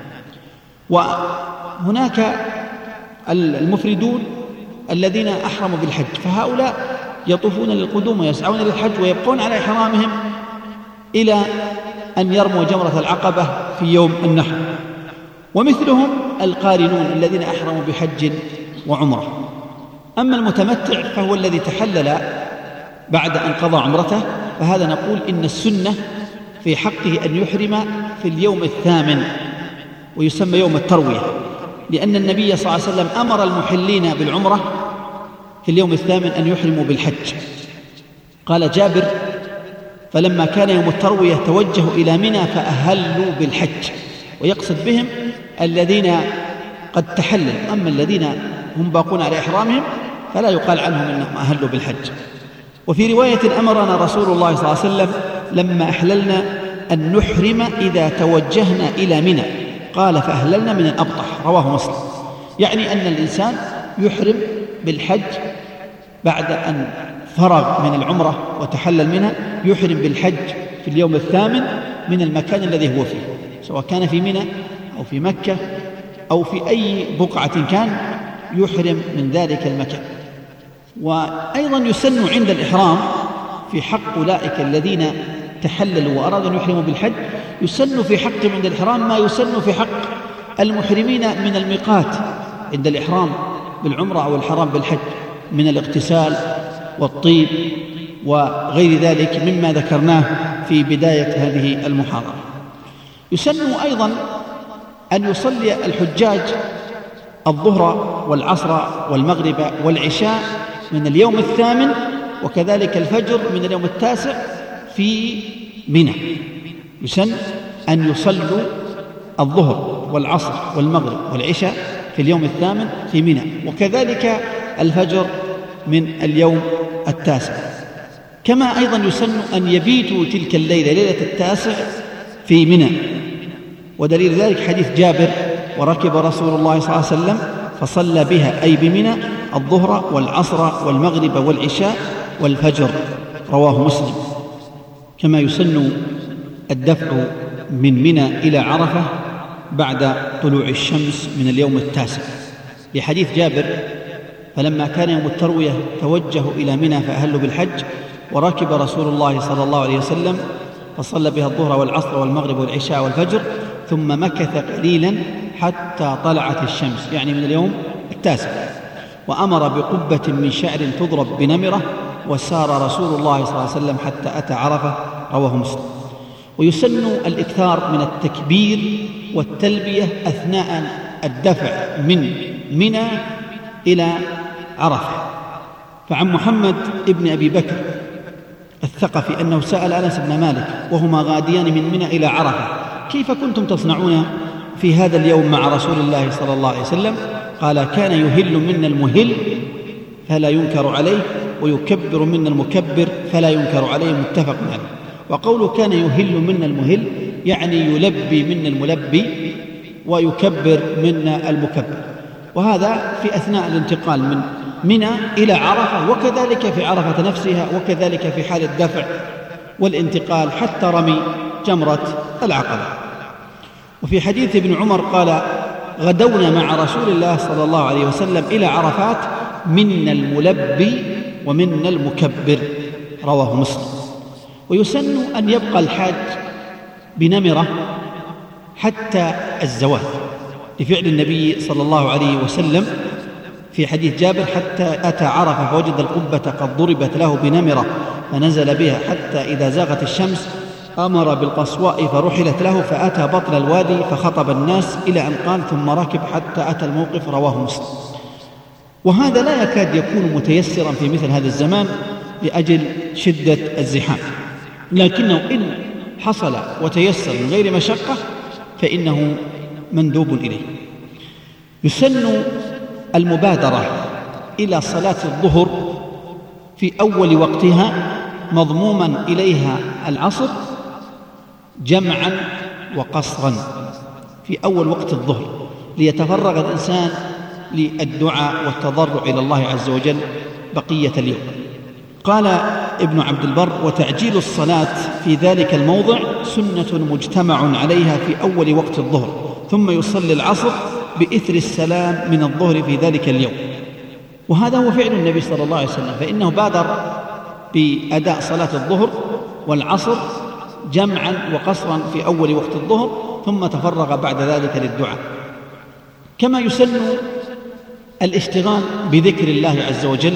Speaker 6: وهناك المفردون الذين أحرموا بالحج، فهؤلاء يطوفون للقدوم ويسعون للحج ويبقون على إحرامهم إلى أن يرموا جمرة العقبة في يوم النحر. ومثلهم القارنون الذين أحرموا بحج وعمرة. أما المتمتع فهو الذي تحلل بعد أن قضى عمرته، فهذا نقول إن السنة في حقه أن يحرم في اليوم 8 ويسمى يوم التروية، لأن النبي صلى الله عليه وسلم أمر المحلين بالعمرة في اليوم 8 أن يحرموا بالحج. قال جابر: فلما كان يوم التروية توجهوا إلى منى فأهلوا بالحج، ويقصد بهم الذين قد تحلل، أما الذين هم باقون على إحرامهم فلا يقال عنهم أنهم أهلوا بالحج. وفي رواية أمرنا رسول الله صلى الله عليه وسلم لما أحللنا أن نحرم إذا توجهنا إلى منى، قال فأهللنا من الأبطح، رواه مسلم. يعني أن الإنسان يحرم بالحج بعد أن فرغ من العمرة وتحلل منها، يحرم بالحج في اليوم 8 من المكان الذي هو فيه، سواء كان في منى أو في مكة أو في أي بقعة كان، يحرم من ذلك المكان. وأيضا يسن عند الإحرام في حق أولئك الذين تحللوا وأرادوا أن يحرموا بالحج، يسن في حقهم عند الإحرام ما يسن في حق المحرمين من الميقات عند الإحرام بالعمرة أو الحرام بالحج، من الاغتسال والطيب وغير ذلك مما ذكرناه في بداية هذه المحاضرة. يسن أيضا أن يصلي الحجاج الظهر والعصر والمغرب والعشاء من اليوم 8، وكذلك الفجر من اليوم 9 في منى. يسن أن يصلوا الظهر والعصر والمغرب والعشاء في اليوم 8 في منى، وكذلك الفجر من اليوم 9. كما أيضا يسن أن يبيتوا تلك الليلة، ليلة 9 في منى. ودليل ذلك حديث جابر: وركب رسول الله صلى الله عليه وسلم فصلى بها أي بمنى الظهر والعصر والمغرب والعشاء والفجر، رواه مسلم. كما يسن الدفع من منى إلى عرفة بعد طلوع الشمس من اليوم 9 لحديث جابر: فلما كان يوم التروية توجهوا إلى منى فأهلوا بالحج، وركب رسول الله صلى الله عليه وسلم فصلى بها الظهر والعصر والمغرب والعشاء والفجر، ثم مكث قليلا حتى طلعت الشمس، يعني من اليوم 9، وأمر بقبة من شعر تضرب بنمرة، وسار رسول الله صلى الله عليه وسلم حتى أتى عرفة، رواه مسلم. ويسن الإكثار من التكبير والتلبية أثناء الدفع من منى إلى عرفة. فعن محمد ابن أبي بكر الثقفي أنه سأل أنس بن مالك وهما غاديان من منى إلى عرفة: كيف كنتم تصنعون في هذا اليوم مع رسول الله صلى الله عليه وسلم؟ قال: كان يهل منا المهل فلا ينكر عليه، ويكبر منا المكبر فلا ينكر عليه، متفق عليه. وقوله كان يهل منا المهل يعني يلبي منا الملبي ويكبر منا المكبر، وهذا في أثناء الانتقال من منى إلى عرفة، وكذلك في عرفة نفسها، وكذلك في حال الدفع والانتقال حتى رمي جمرة العقبة. وفي حديث ابن عمر قال: غدونا مع رسول الله صلى الله عليه وسلم إلى عرفات منا الملبي ومنا المكبر، رواه مسلم. ويسن أن يبقى الحاج بنمرة حتى الزوال، لفعل النبي صلى الله عليه وسلم في حديث جابر: حتى أتى عرفة فوجد القبة قد ضربت له بنمرة فنزل بها حتى إذا زاغت الشمس أمر بالقصواء فرحلت له، فأتى بطن الوادي فخطب الناس إلى أن قال: ثم ركب حتى أتى الموقف، رواه مسلم. وهذا لا يكاد يكون متيسرا في مثل هذا الزمان لأجل شدة الزحام، لكنه إن حصل وتيسر من غير مشقة فإنه مندوب إليه. يسن المبادرة إلى صلاة الظهر في أول وقتها، مضموما إليها العصر جمعا وقصرا في أول وقت الظهر، ليتفرغ الإنسان للدعاء والتضرع إلى الله عز وجل بقية اليوم. قال ابن عبد البر: وتعجيل الصلاة في ذلك الموضع سنة مجتمع عليها في أول وقت الظهر، ثم يصلي العصر بإثر السلام من الظهر في ذلك اليوم. وهذا هو فعل النبي صلى الله عليه وسلم، فإنه بادر بأداء صلاة الظهر والعصر جمعا وقصرا في أول وقت الظهر، ثم تفرغ بعد ذلك للدعاء. كما يسن الاشتغال بذكر الله عز وجل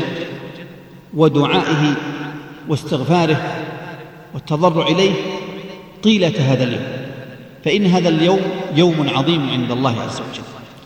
Speaker 6: ودعائه واستغفاره والتضرع إليه طيلة هذا اليوم، فإن هذا اليوم يوم عظيم عند الله عز وجل،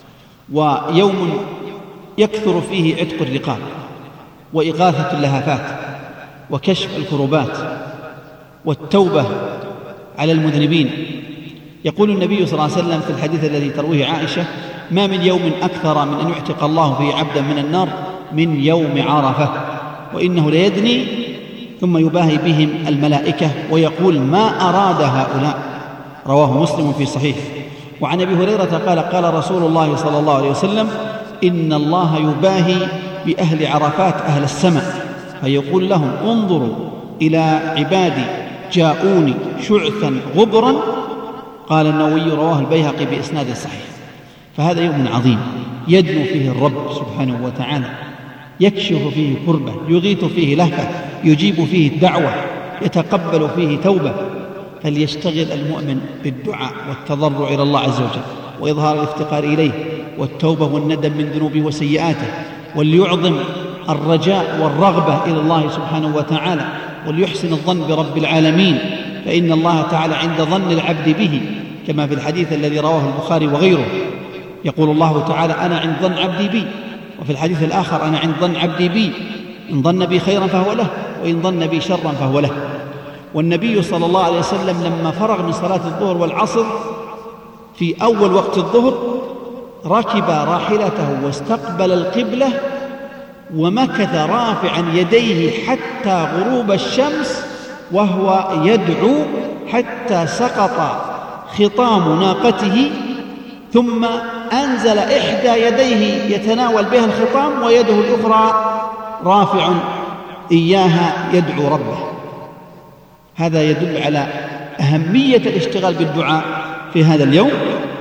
Speaker 6: ويوم يكثر فيه عتق الرقاب وإغاثة اللهفات وكشف الكربات والتوبة على المذنبين. يقول النبي صلى الله عليه وسلم في الحديث الذي ترويه عائشة: ما من يوم أكثر من أن يعتق الله فيه عبدا من النار من يوم عرفة، وإنه ليدني ثم يباهي بهم الملائكة ويقول ما أراد هؤلاء، رواه مسلم في صحيحه. وعن أبي هريرة قال قال رسول الله صلى الله عليه وسلم إن الله يباهي بأهل عرفات أهل السماء فيقول لهم انظروا إلى عبادي جاءوني شعثا غبرا. قال النووي رواه البيهقي بإسناد صحيح. فهذا يوم عظيم يدنو فيه الرب سبحانه وتعالى، يكشف فيه كربة، يغيث فيه لهفة، يجيب فيه الدعوة، يتقبل فيه توبة. فليشتغل المؤمن بالدعاء والتضرع إلى الله عز وجل وإظهار الافتقار إليه والتوبة والندم من ذنوبه وسيئاته، وليعظم الرجاء والرغبة إلى الله سبحانه وتعالى، وليحسن الظن برب العالمين، فإن الله تعالى عند ظن العبد به، كما في الحديث الذي رواه البخاري وغيره. يقول الله تعالى أنا عند ظن عبدي بي، وفي الحديث الآخر أنا عند ظن عبدي بي، إن ظن بي خيرا فهو له، وإن ظن بي شرا فهو له. والنبي صلى الله عليه وسلم لما فرغ من صلاة الظهر والعصر في أول وقت الظهر ركب راحلته واستقبل القبلة ومكث رافعا يديه حتى غروب الشمس وهو يدعو حتى سقط خطام ناقته، ثم أنزل إحدى يديه يتناول بها الخطام ويده الأخرى رافع إياها يدعو ربه. هذا يدل على أهمية الاشتغال بالدعاء في هذا اليوم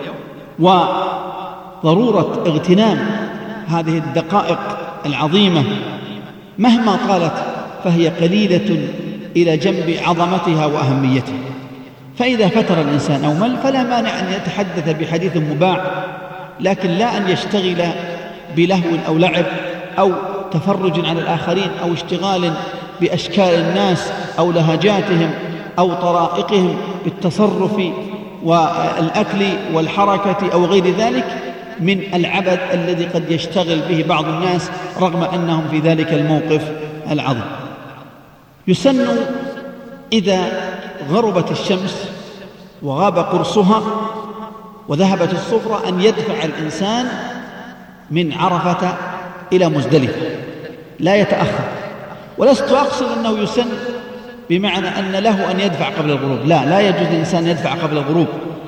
Speaker 6: وضرورة اغتنام هذه الدقائق العظيمة مهما طالت فهي قليلة إلى جنب عظمتها وأهميتها. فإذا فتر الإنسان أو مل فلا مانع أن يتحدث بحديث مباح، لكن لا أن يشتغل بلهو أو لعب أو تفرج على الآخرين أو اشتغال بأشكال الناس أو لهجاتهم أو طرائقهم بالتصرف والأكل والحركة أو غير ذلك من العبث الذي قد يشتغل به بعض الناس رغم أنهم في ذلك الموقف العظيم. يسن إذا غربت الشمس وغاب قرصها وذهبت الصفرة أن يدفع الإنسان من عرفة إلى مزدلفة، لا يتأخر. ولست أقصد أنه يسن بمعنى أن له أن يدفع قبل الغروب، لا يجوز الإنسان يدفع قبل الغروب،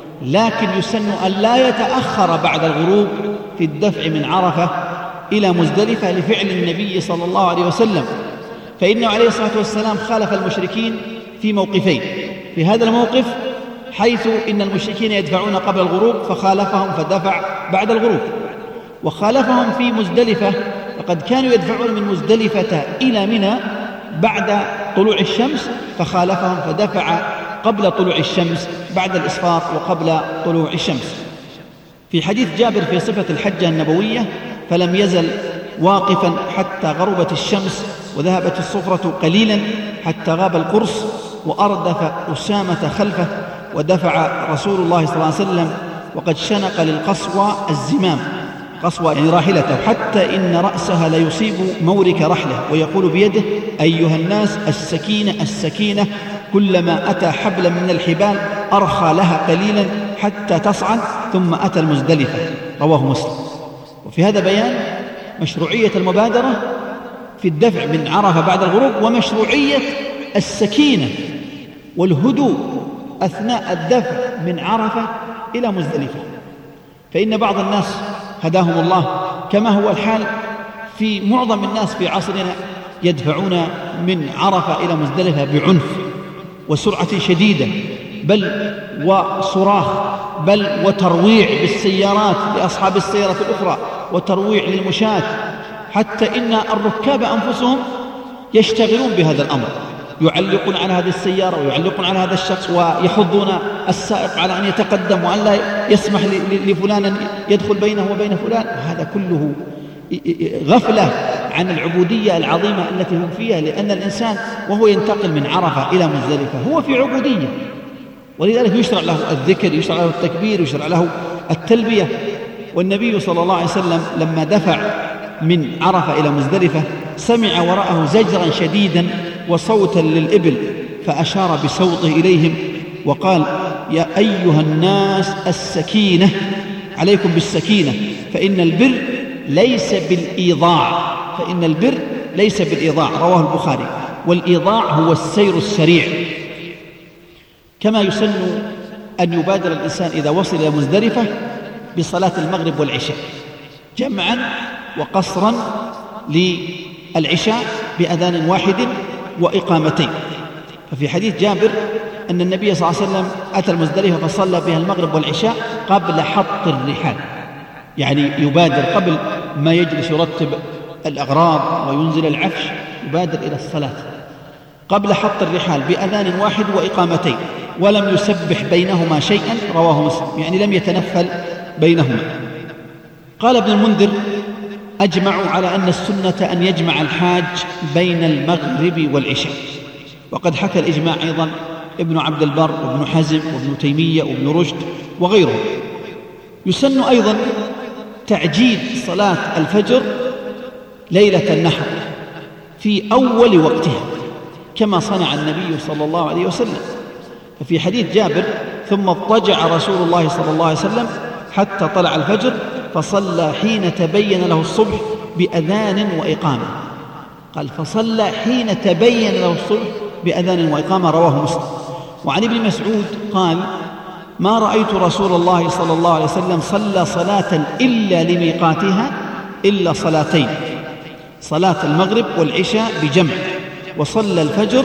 Speaker 6: لكن يسن أن لا يتأخر بعد الغروب في الدفع من عرفة إلى مزدلفة لفعل النبي صلى الله عليه وسلم، فإنه عليه الصلاة والسلام خالف المشركين في موقفين. في هذا الموقف حيث إن المشركين يدفعون قبل الغروب فخالفهم فدفع بعد الغروب، وخالفهم في مزدلفة فقد كانوا يدفعون من مزدلفة إلى منى بعد طلوع الشمس فخالفهم فدفع قبل طلوع الشمس بعد الإسفار وقبل طلوع الشمس. في حديث جابر في صفة الحجة النبوية فلم يزل واقفا حتى غربت الشمس وذهبت الصفرة قليلا حتى غاب القرص، وأردف أسامة خلفه ودفع رسول الله صلى الله عليه وسلم وقد شنق للقصوى الزمام، قصوى يعني راحلته، حتى إن رأسها ليصيب مورك رحله، ويقول بيده أيها الناس السكينة السكينة، كلما أتى حبلا من الحبال أرخى لها قليلا حتى تصعد ثم أتى المزدلفة، رواه مسلم. وفي هذا بيان مشروعية المبادرة في الدفع من عرفة بعد الغروب، ومشروعية السكينة والهدوء أثناء الدفع من عرفة إلى مزدلفة. فإن بعض الناس هداهم الله كما هو الحال في معظم الناس في عصرنا يدفعون من عرفة إلى مزدلفة بعنف وسرعة شديدة، بل وصراخ، بل وترويع بالسيارات لأصحاب السيارة الأخرى وترويع للمشاة، حتى إن الركاب أنفسهم يشتغلون بهذا الأمر، يعلقون على هذه السيارة ويعلقون على هذا الشخص ويحضون السائق على أن يتقدم وأن لا يسمح لفلان يدخل بينه وبين فلان. هذا كله غفلة عن العبودية العظيمة التي هم فيها، لأن الإنسان وهو ينتقل من عرفة إلى مزدلفة هو في عبودية، ولذلك يشرع له الذكر، يشرع له التكبير، يشرع له التلبية. والنبي صلى الله عليه وسلم لما دفع من عرفة إلى مزدلفة سمع وراءه زجرا شديدا وصوتا للإبل، فأشار بصوته إليهم وقال يا أيها الناس السكينة، عليكم بالسكينة، فإن البر ليس بالإيضاع، فإن البر ليس بالإيضاع، رواه البخاري. والإيضاع هو السير السريع. كما يسن أن يبادر الإنسان إذا وصل إلى مزدلفة بصلاة المغرب والعشاء جمعا وقصرا للعشاء بأذان واحد وإقامتين. ففي حديث جابر أن النبي صلى الله عليه وسلم أتى المزدلفة فصلى بها المغرب والعشاء قبل حط الرحال، يعني يبادر قبل ما يجلس يرتب الأغراض وينزل العفش، يبادر إلى الصلاة قبل حط الرحال بأذان واحد وإقامتين، ولم يسبح بينهما شيئا، رواه مسلم، يعني لم يتنفل بينهما. قال ابن المنذر: أجمعوا على أن السنة أن يجمع الحاج بين المغرب والعشاء، وقد حكى الإجماع أيضا ابن عبد البر وابن حزم وابن تيمية وابن رشد وغيرهم. يسن أيضا تعجيل صلاة الفجر ليلة النحر في أول وقتها كما صنع النبي صلى الله عليه وسلم. ففي حديث جابر: ثم اضطجع رسول الله صلى الله عليه وسلم حتى طلع الفجر فصلى حين تبين له الصبح بأذان وإقامة. قال فصلى حين تبين له الصبح بأذان وإقامة، رواه مسلم. وعن ابن مسعود قال: ما رأيت رسول الله صلى الله عليه وسلم صلى صلاة إلا لميقاتها إلا صلاتين، صلاة المغرب والعشاء بجمع، وصلى الفجر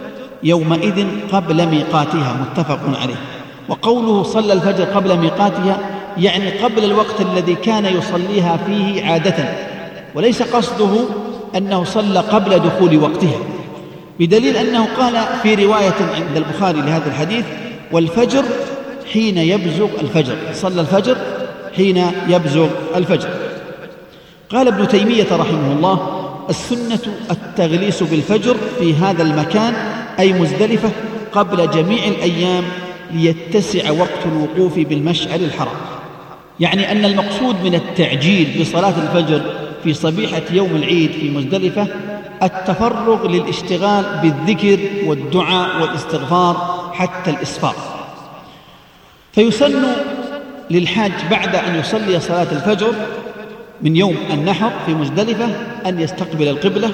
Speaker 6: يومئذ قبل ميقاتها، متفق عليه. وقوله صلى الفجر قبل ميقاتها يعني قبل الوقت الذي كان يصليها فيه عادة، وليس قصده أنه صلى قبل دخول وقتها، بدليل أنه قال في رواية عند البخاري لهذا الحديث: والفجر حين يبزغ الفجر، صلى الفجر حين يبزغ الفجر. قال ابن تيمية رحمه الله: السنة التغليس بالفجر في هذا المكان أي مزدلفة قبل جميع الأيام ليتسع وقت الوقوف بالمشعر الحرام، يعني أن المقصود من التعجيل بصلاة الفجر في صبيحة يوم العيد في مزدلفة التفرغ للاشتغال بالذكر والدعاء والاستغفار حتى الإسفار. فيسن للحاج بعد أن يصلي صلاة الفجر من يوم النحر في مزدلفة أن يستقبل القبلة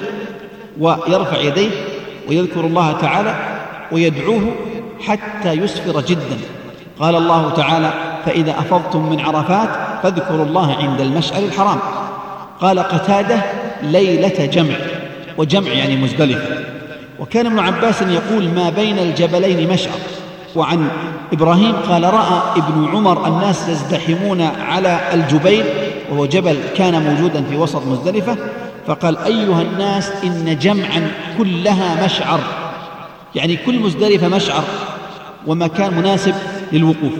Speaker 6: ويرفع يديه ويذكر الله تعالى ويدعوه حتى يسفر جدا. قال الله تعالى: فإذا أفضتم من عرفات فاذكروا الله عند المشعر الحرام. قال قتادة: ليلة جمع، وجمع يعني مزدلفة. وكان ابن عباس يقول: ما بين الجبلين مشعر. وعن إبراهيم قال: رأى ابن عمر الناس يزدحمون على الجبيل، وهو جبل كان موجودا في وسط مزدلفة، فقال: أيها الناس إن جمعا كلها مشعر، يعني كل مزدلفة مشعر ومكان مناسب للوقوف.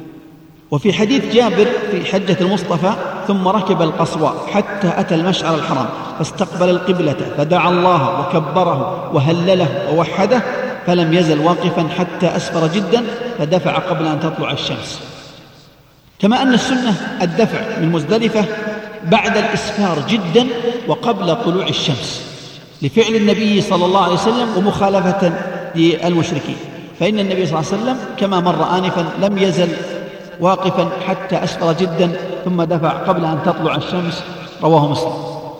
Speaker 6: وفي حديث جابر في حجة المصطفى: ثم ركب القصواء حتى أتى المشعر الحرام فاستقبل القبلة فدعا الله وكبره وهلله ووحده، فلم يزل واقفا حتى أسفر جدا فدفع قبل أن تطلع الشمس. كما أن السنة الدفع من مزدلفة بعد الإسفار جدا وقبل طلوع الشمس لفعل النبي صلى الله عليه وسلم ومخالفة للمشركين، فإن النبي صلى الله عليه وسلم كما مر آنفا لم يزل واقفا حتى أسفر جدا ثم دفع قبل أن تطلع الشمس، رواه مسلم.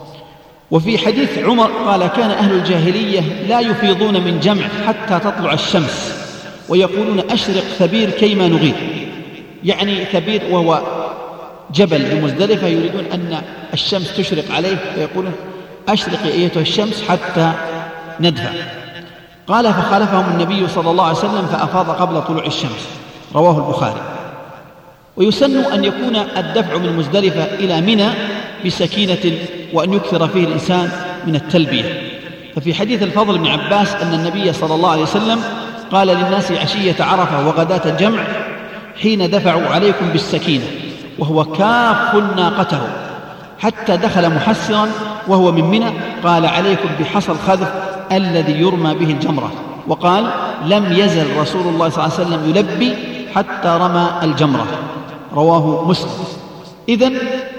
Speaker 6: وفي حديث عمر قال: كان أهل الجاهلية لا يفيضون من جمع حتى تطلع الشمس ويقولون: أشرق ثبير كيما نغير، يعني ثبير وهو جبل بمزدلفة يريدون أن الشمس تشرق عليه، فيقولون: أشرقي أيتها الشمس حتى ندفع. قال: فخالفهم النبي صلى الله عليه وسلم فأفاض قبل طلوع الشمس، رواه البخاري. ويسن أن يكون الدفع من مزدلفة إلى منى بسكينة، وأن يكثر فيه الإنسان من التلبية. ففي حديث الفضل بن عباس أن النبي صلى الله عليه وسلم قال للناس عشية عرفة وغداة الجمع حين دفعوا عليكم بالسكينة، وهو كاف ناقته حتى دخل محسرا وهو من منى، قال: عليكم بحصى الخذف الذي يرمى به الجمرة. وقال: لم يزل رسول الله صلى الله عليه وسلم يلبي حتى رمى الجمرة، رواه مسلم. إذن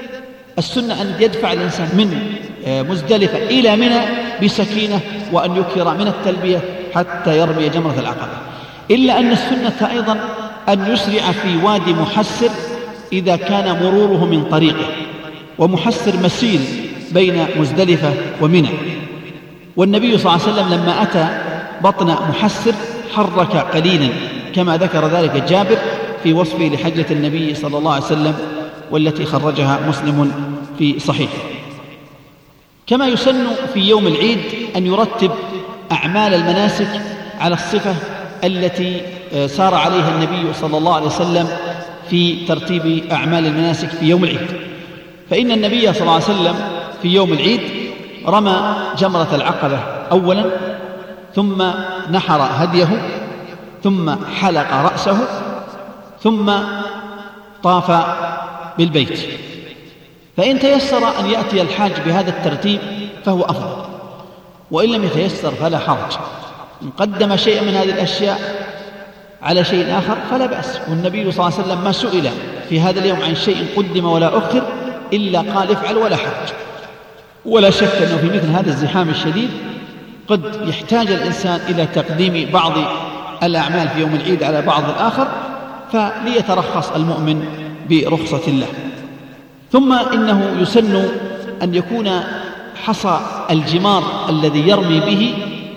Speaker 6: السنة أن يدفع الإنسان من مزدلفة إلى منى بسكينة، وأن يكثر من التلبية حتى يرمي جمرة العقبة. إلا أن السنة أيضا أن يسرع في وادي محسر إذا كان مروره من طريقه، ومحسر مسيل بين مزدلفة ومنى. والنبي صلى الله عليه وسلم لما أتى بطن محسر حرك قليلا، كما ذكر ذلك جابر في وصفه لحجة النبي صلى الله عليه وسلم، والتي خرجها مسلم في صحيحه. كما يسن في يوم العيد أن يرتب أعمال المناسك على الصفة التي سار عليها النبي صلى الله عليه وسلم في ترتيب أعمال المناسك في يوم العيد. فإن النبي صلى الله عليه وسلم في يوم العيد رمى جمرة العقبة أولا، ثم نحر هديه، ثم حلق رأسه، ثم طاف بالبيت. فإن تيسر أن يأتي الحاج بهذا الترتيب فهو أفضل، وإن لم يتيسر فلا حرج. إن قدم شيئا من هذه الأشياء على شيء آخر فلا بأس. والنبي صلى الله عليه وسلم ما سئل في هذا اليوم عن شيء قدم ولا أخر إلا قال افعل ولا حرج. ولا شك أنه في مثل هذا الزحام الشديد قد يحتاج الإنسان إلى تقديم بعض الأعمال في يوم العيد على بعض الآخر، فليترخص المؤمن برخصة الله. ثم إنه يسن أن يكون حصى الجمار الذي يرمي به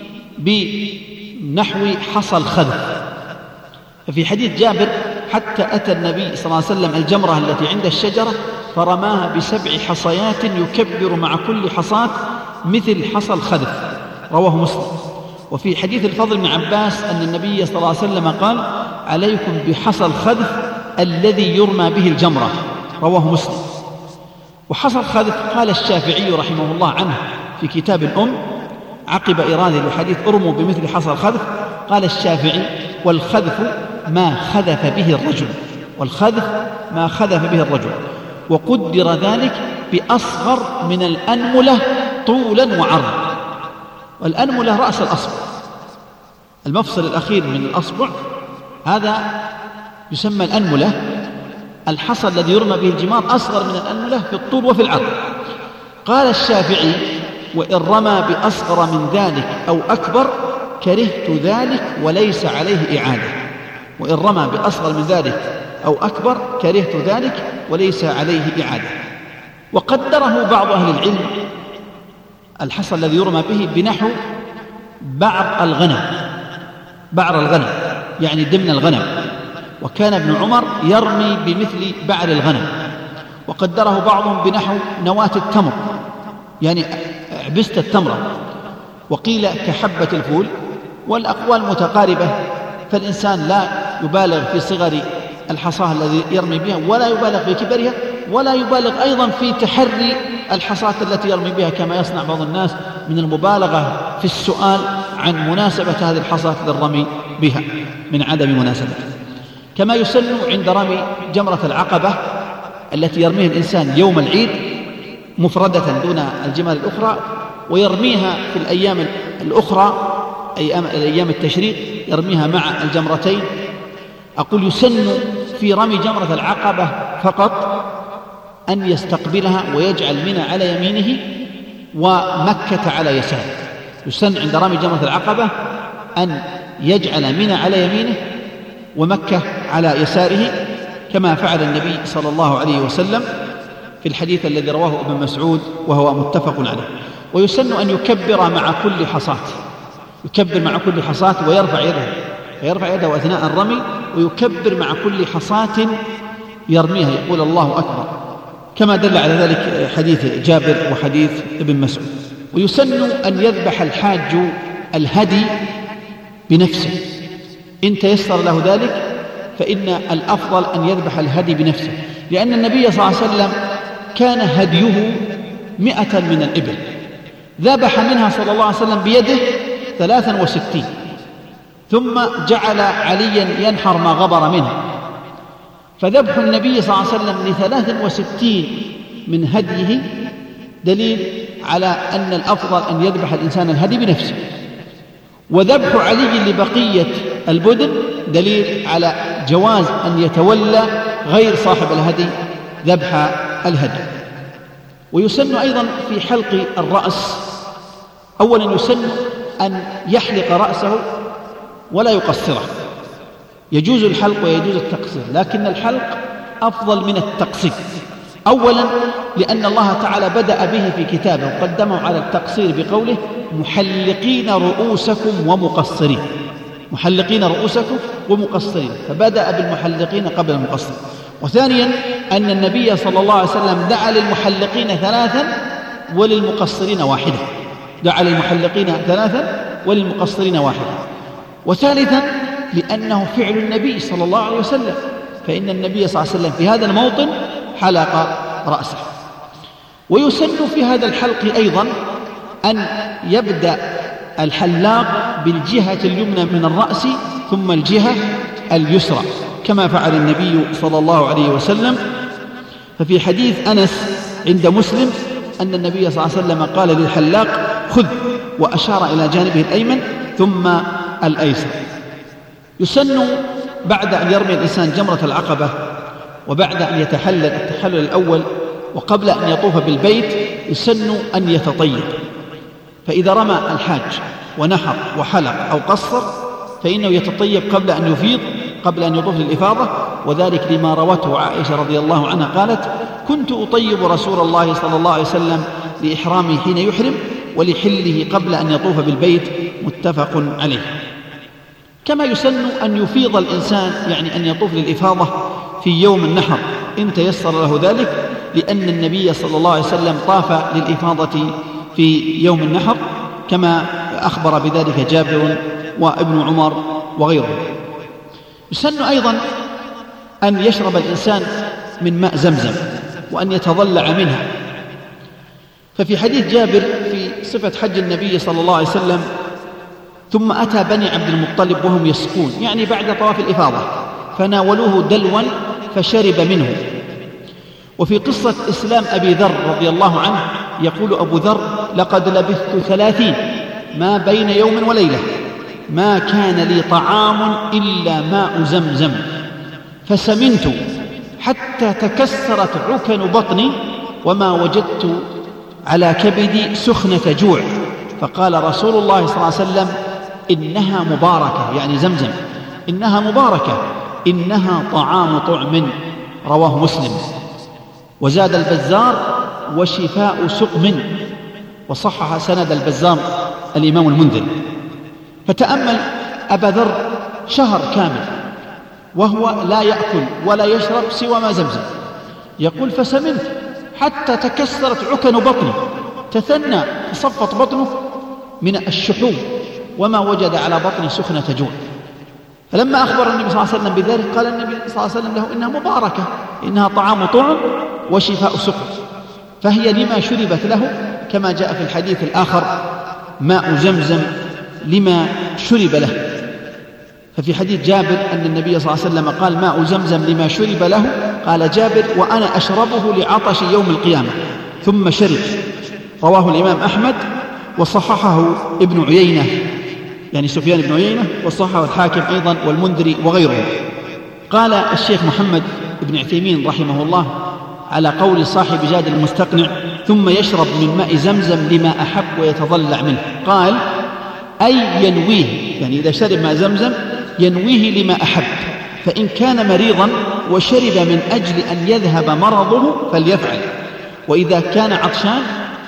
Speaker 6: بنحو حصى الخذف. ففي حديث جابر حتى أتى النبي صلى الله عليه وسلم الجمرة التي عند الشجرة فرماها ب7 حصيات يكبر مع كل حصاة مثل حصى الخذف، رواه مسلم. وفي حديث الفضل بن عباس أن النبي صلى الله عليه وسلم قال عليكم بحصى الخذف الذي يرمى به الجمرة، رواه مسلم. وحصى الخذف قال الشافعي رحمه الله عنه في كتاب الأم عقب إراده لحديث ارموا بمثل حصى الخذف، قال الشافعي والخذف ما خذف به الرجل، والخذف ما خذف به الرجل، وقدر ذلك بأصغر من الأنملة طولا وعرضا. والأنملة رأس الأصبع، المفصل الأخير من الأصبع هذا يسمى الأنملة. الحصى الذي يرمى به الجمار أصغر من الأنملة في الطول وفي العرض. قال الشافعي وإن رمى بأصغر من ذلك أو أكبر كرهت ذلك وليس عليه إعادة. وإن رمى بأصغر من ذلك أو أكبر كرهت ذلك وليس عليه إعادة. وقدره بعض أهل العلم الحصى الذي يرمى به بنحو بعر الغنم يعني ضمن الغنم، وكان ابن عمر يرمي بمثل بعر الغنم. وقدره بعضهم بنحو نواة التمر يعني عبست التمرة، وقيل كحبة الفول، والأقوال متقاربة. فالإنسان لا يبالغ في صغر الحصاة الذي يرمي بها، ولا يبالغ في كبرها، ولا يبالغ أيضا في تحري الحصاة التي يرمي بها كما يصنع بعض الناس من المبالغة في السؤال عن مناسبة هذه الحصاة للرمي بها من عدم مناسبتها. كما يسن عند رمي جمرة العقبة التي يرميها الإنسان يوم العيد مفردة دون الجمال الأخرى، ويرميها في الأيام الأخرى أيام التشريق يرميها مع الجمرتين. أقول يسن في رمي جمرة العقبة فقط أن يستقبلها ويجعل منى على يمينه ومكة على يساره. يسن عند رمي جمرة العقبة أن يجعل منى على يمينه ومكة على يساره، كما فعل النبي صلى الله عليه وسلم في الحديث الذي رواه ابن مسعود وهو متفق عليه. ويسن أن يكبر مع كل حصاة، يكبر مع كل حصاة ويرفع يده أثناء الرمي، ويكبر مع كل حصاة يرميها يقول الله أكبر، كما دل على ذلك حديث جابر وحديث ابن مسعود. ويسن أن يذبح الحاج الهدي بنفسه إن تيسر له ذلك، فإن الأفضل أن يذبح الهدي بنفسه، لأن النبي صلى الله عليه وسلم كان هديه 100 من الإبل، ذبح منها صلى الله عليه وسلم بيده 63، ثم جعل عليا ينحر ما غبر منه. فذبح النبي صلى الله عليه وسلم ل63 من هديه دليل على أن الأفضل أن يذبح الإنسان الهدي بنفسه، وذبح علي لبقية البدن دليل على جواز أن يتولى غير صاحب الهدي ذبح الهدي. ويسن أيضا في حلق الرأس، أولا يسن أن يحلق رأسه ولا يقصره، يجوز الحلق ويجوز التقصير، لكن الحلق أفضل من التقصير، أولا لأن الله تعالى بدأ به في كتابه وقدمه على التقصير بقوله محلقين رؤوسكم ومقصرين، محلقين رؤوسكم ومقصرين، فبدأ بالمحلقين قبل المقصرين. وثانيا أن النبي صلى الله عليه وسلم دعا للمحلقين 3 وللمقصرين 1، دعا للمحلقين 3 وللمقصرين 1. وثالثا لأنه فعل النبي صلى الله عليه وسلم، فإن النبي صلى الله عليه وسلم في هذا الموطن حلق رأسه. ويسن في هذا الحلق أيضا أن يبدأ الحلاق بالجهة اليمنى من الرأس ثم الجهة اليسرى كما فعل النبي صلى الله عليه وسلم. ففي حديث أنس عند مسلم أن النبي صلى الله عليه وسلم قال للحلاق خذ، وأشار إلى جانبه الأيمن ثم الأيسر. يسن بعد أن يرمي الإنسان جمرة العقبة وبعد أن يتحلل التحلل الأول وقبل أن يطوف بالبيت يسن أن يتطيب. فإذا رمى الحاج ونحر وحلق أو قصر فإنه يتطيب قبل أن يفيض، قبل أن يطوف للإفاضة، وذلك لما روته عائشة رضي الله عنها قالت كنت أطيب رسول الله صلى الله عليه وسلم لإحرامه حين يحرم ولحله قبل أن يطوف بالبيت، متفق عليه. كما يسن أن يفيض الإنسان، يعني أن يطوف للإفاضة في يوم النحر إن تيسر له ذلك، لأن النبي صلى الله عليه وسلم طاف للإفاضة في يوم النحر كما أخبر بذلك جابر وابن عمر وغيره. يسن أيضا أن يشرب الإنسان من ماء زمزم وأن يتضلع منها. ففي حديث جابر في صفة حج النبي صلى الله عليه وسلم ثم أتى بني عبد المطلب وهم يسقون، يعني بعد طواف الإفاضة، فناولوه دلوا فشرب منه. وفي قصة إسلام أبي ذر رضي الله عنه يقول أبو ذر لقد لبثت 30 ما بين يوم وليلة ما كان لي طعام إلا ماء زمزم فسمنت حتى تكسرت عكن بطني وما وجدت على كبدي سخنة جوع. فقال رسول الله صلى الله عليه وسلم إنها مباركة، يعني زمزم إنها مباركة، إنها طعام طعم، رواه مسلم. وزاد البزار وشفاء سقم، وصحح سند البزار الإمام المنذر. فتأمل أبا ذر شهر كامل وهو لا يأكل ولا يشرب سوى ما زمزم، يقول فسمنت حتى تكسرت عكن بطني، تثنى تصفط بطنه من الشحوم وما وجد على بطنه سخنة جوع. فلما أخبر النبي صلى الله عليه وسلم بذلك قال النبي صلى الله عليه وسلم له إنها مباركة، إنها طعام طعم وشفاء سقم، فهي لما شربت له، كما جاء في الحديث الآخر ماء زمزم لما شرب له. ففي حديث جابر أن النبي صلى الله عليه وسلم قال ماء زمزم لما شرب له، قال جابر وأنا أشربه لعطش يوم القيامة، ثم شرب. رواه الإمام أحمد وصححه ابن عيينة، يعني سفيان بن عيينة، وصححه الحاكم أيضا والمنذري وغيره. قال الشيخ محمد بن عثيمين رحمه الله على قول صاحب جاد المستقنع ثم يشرب من ماء زمزم لما أحب ويتضلع منه، قال أي ينويه، يعني إذا شرب ماء زمزم ينويه لما أحب، فإن كان مريضا وشرب من أجل أن يذهب مرضه فليفعل، وإذا كان عطشان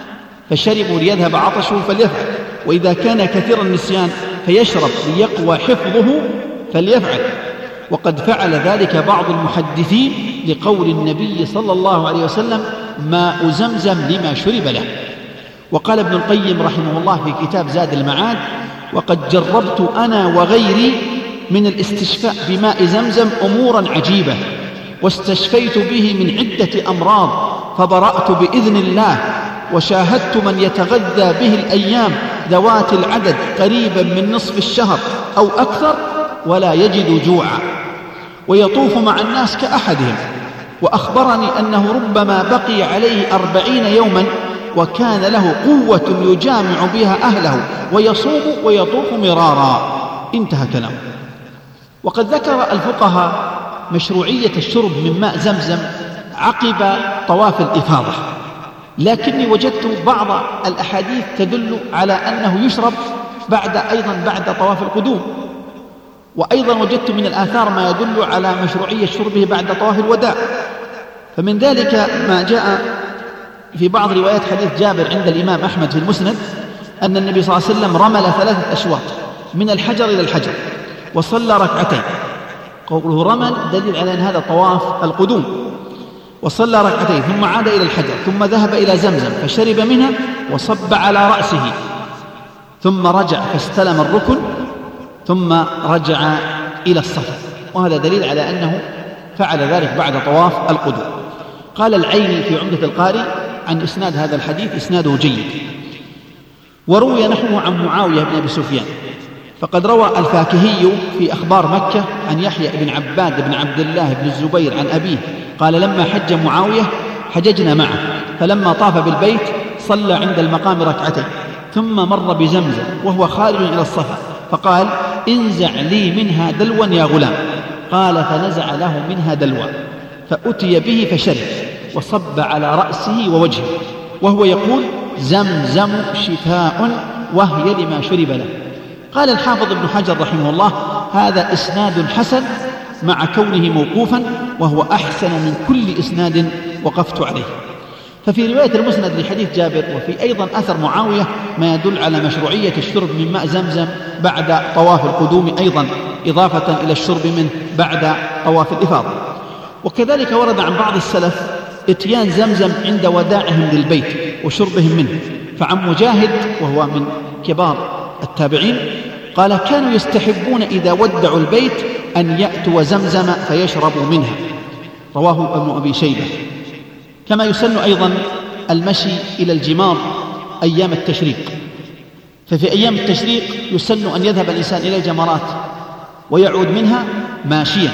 Speaker 6: فشربوا ليذهب عطشه فليفعل، وإذا كان كثير النسيان فيشرب ليقوى حفظه فليفعل. وقد فعل ذلك بعض المحدثين لقول النبي صلى الله عليه وسلم ماء زمزم لما شرب له. وقال ابن القيم رحمه الله في كتاب زاد المعاد وقد جربت أنا وغيري من الاستشفاء بماء زمزم أمورا عجيبة، واستشفيت به من عدة أمراض فبرأت بإذن الله، وشاهدت من يتغذى به الأيام ذوات العدد قريبا من نصف الشهر أو أكثر ولا يجد جوعا، ويطوف مع الناس كأحدهم، وأخبرني أنه ربما بقي عليه 40 يوما وكان له قوة يجامع بها أهله ويصوم ويطوف مرارا. انتهى كلامه. وقد ذكر الفقهاء مشروعية الشرب من ماء زمزم عقب طواف الإفاضة، لكني وجدت بعض الأحاديث تدل على أنه يشرب أيضا بعد طواف القدوم، وأيضا وجدت من الآثار ما يدل على مشروعية شربه بعد طواف الوداع. فمن ذلك ما جاء في بعض روايات حديث جابر عند الإمام أحمد في المسند أن النبي صلى الله عليه وسلم رمل 3 أشواط من الحجر إلى الحجر وصلى ركعتين. قوله رمل دليل على أن هذا طواف القدوم. وصلى ركعتين ثم عاد إلى الحجر ثم ذهب إلى زمزم فشرب منها وصب على رأسه ثم رجع فاستلم الركن ثم رجع إلى الصفا، وهذا دليل على أنه فعل ذلك بعد طواف القدوم. قال العيني في عمدة القاري عن إسناد هذا الحديث إسناده جيد. وروي نحوه عن معاوية بن أبي سفيان، فقد روى الفاكهي في أخبار مكة عن يحيى بن عباد بن عبد الله بن الزبير عن أبيه قال لما حج معاوية حججنا معه، فلما طاف بالبيت صلى عند المقام ركعتين ثم مر بزمزم وهو خارج إلى الصفا فقال انزع لي منها دلوا يا غلام. قال فنزع له منها دلوا فأتي به فشرب وصب على رأسه ووجهه وهو يقول زمزم شفاء وهي لما شرب له. قال الحافظ ابن حجر رحمه الله هذا إسناد حسن مع كونه موقوفا، وهو أحسن من كل إسناد وقفت عليه. ففي رواية المسند لحديث جابر وفي أيضا أثر معاوية ما يدل على مشروعية الشرب من ماء زمزم بعد طواف القدوم أيضا، إضافة إلى الشرب منه بعد طواف الإفاضة. وكذلك ورد عن بعض السلف اتيان زمزم عند وداعهم للبيت وشربهم منه. فعن مجاهد وهو من كبار التابعين قال كانوا يستحبون إذا ودعوا البيت أن يأتوا زمزم فيشربوا منها، رواه ابن أبي شيبة. كما يسن أيضا المشي إلى الجمار أيام التشريق، ففي أيام التشريق يسن أن يذهب الإنسان إلى الجمرات ويعود منها ماشيا.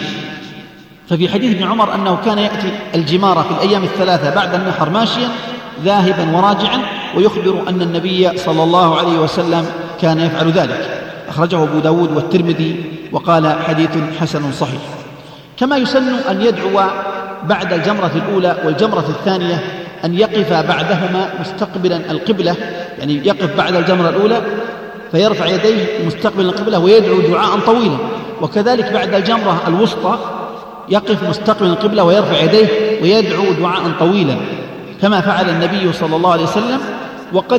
Speaker 6: ففي حديث ابن عمر أنه كان يأتي الجمارة في الأيام 3 بعد النحر ماشيا ذاهبا وراجعا، ويخبر أن النبي صلى الله عليه وسلم كان يفعل ذلك. أخرجه أبو داود والترمذي وقال حديث حسن صحيح. كما يسن أن يدعو بعد الجمرة الأولى والجمرة الثانية أن يقف بعدهما مستقبلا القبلة، يعني يقف بعد الجمرة الأولى فيرفع يديه مستقبلا القبلة ويدعو دعاء طويلا، وكذلك بعد الجمرة الوسطى يقف مستقبلا القبلة ويرفع يديه ويدعو دعاء طويلا كما فعل النبي صلى الله عليه وسلم. وقد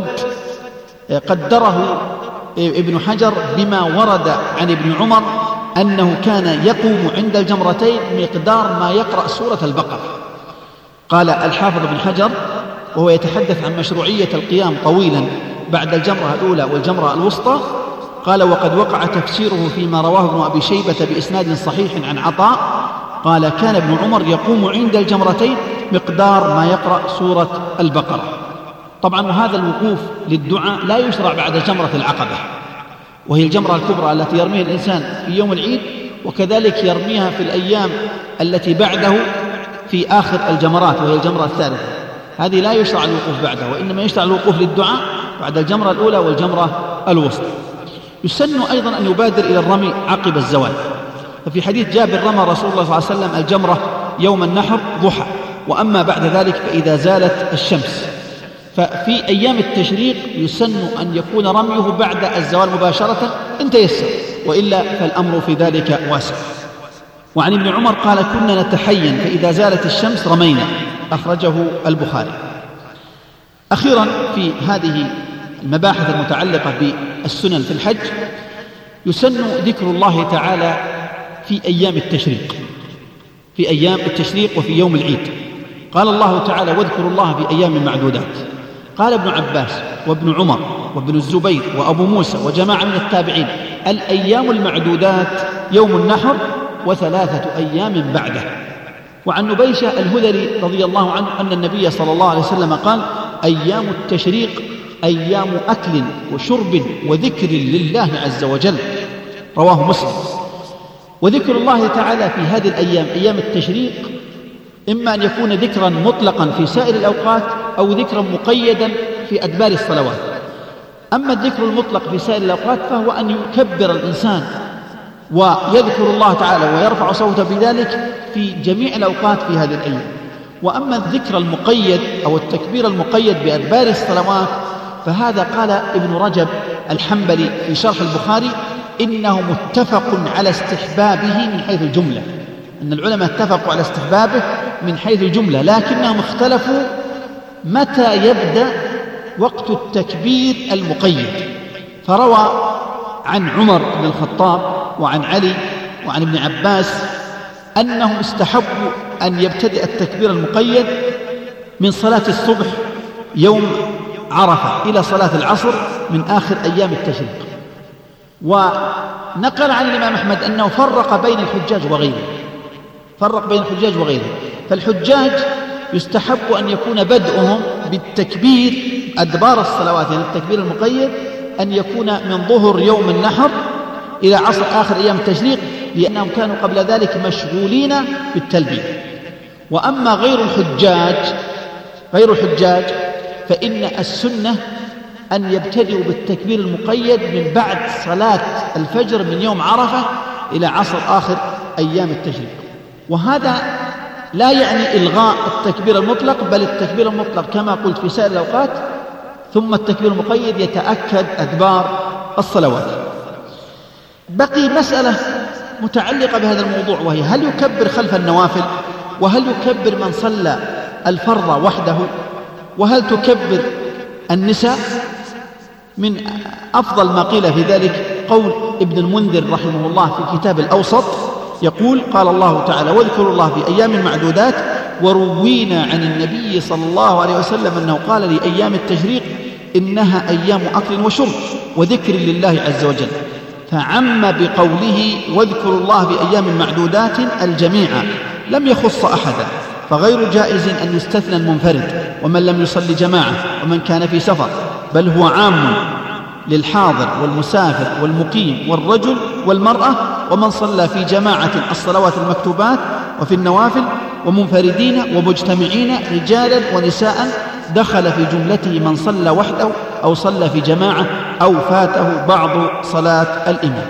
Speaker 6: قدره ابن حجر بما ورد عن ابن عمر أنه كان يقوم عند الجمرتين مقدار ما يقرأ سورة البقرة. قال الحافظ ابن حجر وهو يتحدث عن مشروعية القيام طويلا بعد الجمرة الأولى والجمرة الوسطى، قال وقد وقع تفسيره فيما رواه ابن أبي شيبة بإسناد صحيح عن عطاء قال كان ابن عمر يقوم عند الجمرتين مقدار ما يقرأ سورة البقرة. طبعا وهذا الوقوف للدعاء لا يشرع بعد جمرة العقبة، وهي الجمرة الكبرى التي يرميها الإنسان في يوم العيد، وكذلك يرميها في الأيام التي بعده في آخر الجمرات وهي الجمرة الثالثة. هذه لا يشرع الوقوف بعدها، وإنما يشرع الوقوف للدعاء بعد الجمرة الأولى والجمرة الوسطى. يسن أيضا أن يبادر إلى الرمي عقب الزوال، ففي حديث جابر رمى رسول الله صلى الله عليه وسلم الجمرة يوم النحر ضحى، وأما بعد ذلك فإذا زالت الشمس. ففي أيام التشريق يسن أن يكون رميه بعد الزوال مباشرة إن تيسر، وإلا فالأمر في ذلك واسع. وعن ابن عمر قال كنا نتحين فإذا زالت الشمس رمينا، أخرجه البخاري. أخيرا في هذه المباحث المتعلقة بالسنن في الحج يسن ذكر الله تعالى في أيام التشريق، في أيام التشريق وفي يوم العيد. قال الله تعالى واذكروا الله في أيام معدودات. قال ابن عباس وابن عمر وابن الزبير وأبو موسى وجماعة من التابعين الأيام المعدودات يوم النحر و3 أيام بعده. وعن نبيشة الهذلي رضي الله عنه أن النبي صلى الله عليه وسلم قال أيام التشريق أيام أكل وشرب وذكر لله عز وجل، رواه مسلم. وذكر الله تعالى في هذه الأيام أيام التشريق إما أن يكون ذكرا مطلقا في سائر الأوقات أو ذكرا مقيدا في أدبار الصلوات. أما الذكر المطلق في سائر الأوقات فهو أن يكبر الإنسان ويذكر الله تعالى ويرفع صوته بذلك في جميع الأوقات في هذه الأيام. وأما الذكر المقيد أو التكبير المقيد بأدبار الصلوات فهذا قال ابن رجب الحنبلي في شرح البخاري إنه متفق على استحبابه من حيث الجملة، أن العلماء اتفقوا على استحبابه من حيث الجملة، لكنهم اختلفوا متى يبدأ وقت التكبير المقيد. فروى عن عمر بن الخطاب وعن علي وعن ابن عباس أنهم استحبوا أن يبتدئ التكبير المقيد من صلاة الصبح يوم عرفة إلى صلاة العصر من آخر أيام التشريق. ونقل عن الإمام أحمد أنه فرق بين الحجاج وغيره، فالحجاج يستحب أن يكون بدءهم بالتكبير أدبار الصلوات، يعني التكبير المقيد أن يكون من ظهر يوم النحر إلى عصر آخر أيام التشريق، لأنهم كانوا قبل ذلك مشغولين بالتلبية. وأما غير الحجاج فإن السنة أن يبتدئوا بالتكبير المقيد من بعد صلاة الفجر من يوم عرفة إلى عصر آخر أيام التشريق. وهذا لا يعني إلغاء التكبير المطلق، بل التكبير المطلق كما قلت في سائر الأوقات، ثم التكبير المقيد يتأكد أدبار الصلوات. بقي مسألة متعلقة بهذا الموضوع، وهي هل يكبر خلف النوافل؟ وهل يكبر من صلى الفرض وحده؟ وهل تكبر النساء؟ من أفضل ما قيل في ذلك قول ابن المنذر رحمه الله في كتاب الأوسط، يقول: قال الله تعالى: واذكروا الله في أيام معدودات. وروينا عن النبي صلى الله عليه وسلم أنه قال لأيام التشريق: إنها أيام أكل وشرب وذكر لله عز وجل، فعم بقوله: واذكروا الله في أيام معدودات الجميع، لم يخص أحدا، فغير جائز أن يستثنى المنفرد ومن لم يصلي جماعة ومن كان في سفر، بل هو عام للحاضر والمسافر والمقيم والرجل والمرأة ومن صلى في جماعة الصلوات المكتوبات وفي النوافل، ومنفردين ومجتمعين رجالا ونساء، دخل في جملته من صلى وحده أو صلى في جماعة أو فاته بعض صلاة الإمام.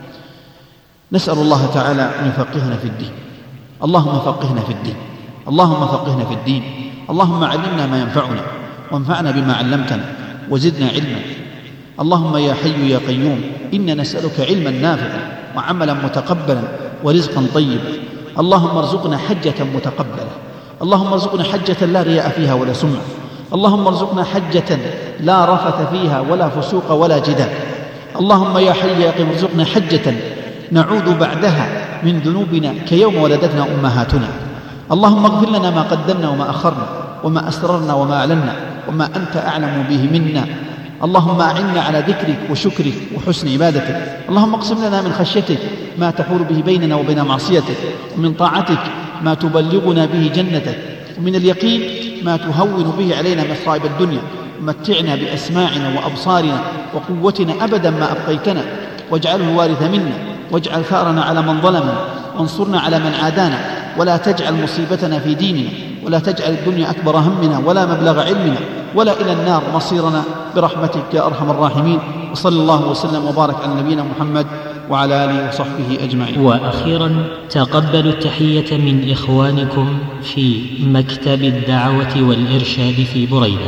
Speaker 6: نسأل الله تعالى أن يفقهنا في الدين. اللهم فقهنا في الدين، اللهم فقهنا في الدين، اللهم علمنا ما ينفعنا وانفعنا بما علمتنا وزدنا علما. اللهم يا حي يا قيوم، إنا نسألك علما نافعا وعملا متقبلا ورزقا طيبا. اللهم ارزقنا حجة متقبلة، اللهم ارزقنا حجة لا رياء فيها ولا سمعة، اللهم ارزقنا حجة لا رفث فيها ولا فسوق ولا جدال. اللهم يا حي يا قيوم ارزقنا حجة نعود بعدها من ذنوبنا كيوم ولدتنا أمهاتنا. اللهم اغفر لنا ما قدمنا وما أخرنا وما أسررنا وما أعلنا وما أنت أعلم به منا. اللهم أعنا على ذكرك وشكرك وحسن عبادتك. اللهم اقسم لنا من خشيتك ما تحول به بيننا وبين معصيتك، ومن طاعتك ما تبلغنا به جنتك، ومن اليقين ما تهون به علينا مصائب الدنيا. متعنا بأسماعنا وأبصارنا وقوتنا أبدا ما أبقيتنا، واجعله الوارث منا، واجعل ثأرنا على من ظلمنا، وانصرنا على من عادانا، ولا تجعل مصيبتنا في ديننا، ولا تجعل الدنيا أكبر همنا ولا مبلغ علمنا ولا إلى النار مصيرنا، برحمتك يا أرحم الراحمين. وصلى الله وسلم وبارك على نبينا محمد وعلى آله وصحبه أجمعين.
Speaker 1: وأخيرا تقبلوا التحية من إخوانكم في مكتب الدعوة والإرشاد في بريدة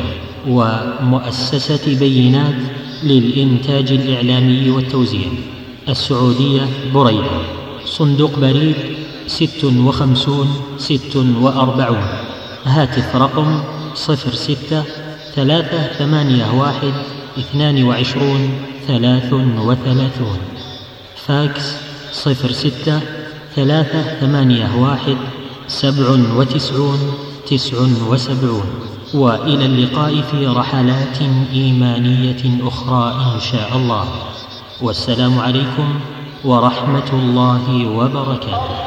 Speaker 1: ومؤسسة بينات للإنتاج الإعلامي والتوزيع، السعودية، بريدة، صندوق بريد 5646، هاتف رقم 06-381-22-33، فاكس 06-381-97-79. وإلى اللقاء في رحلات إيمانية أخرى إن شاء الله، والسلام عليكم ورحمة الله وبركاته.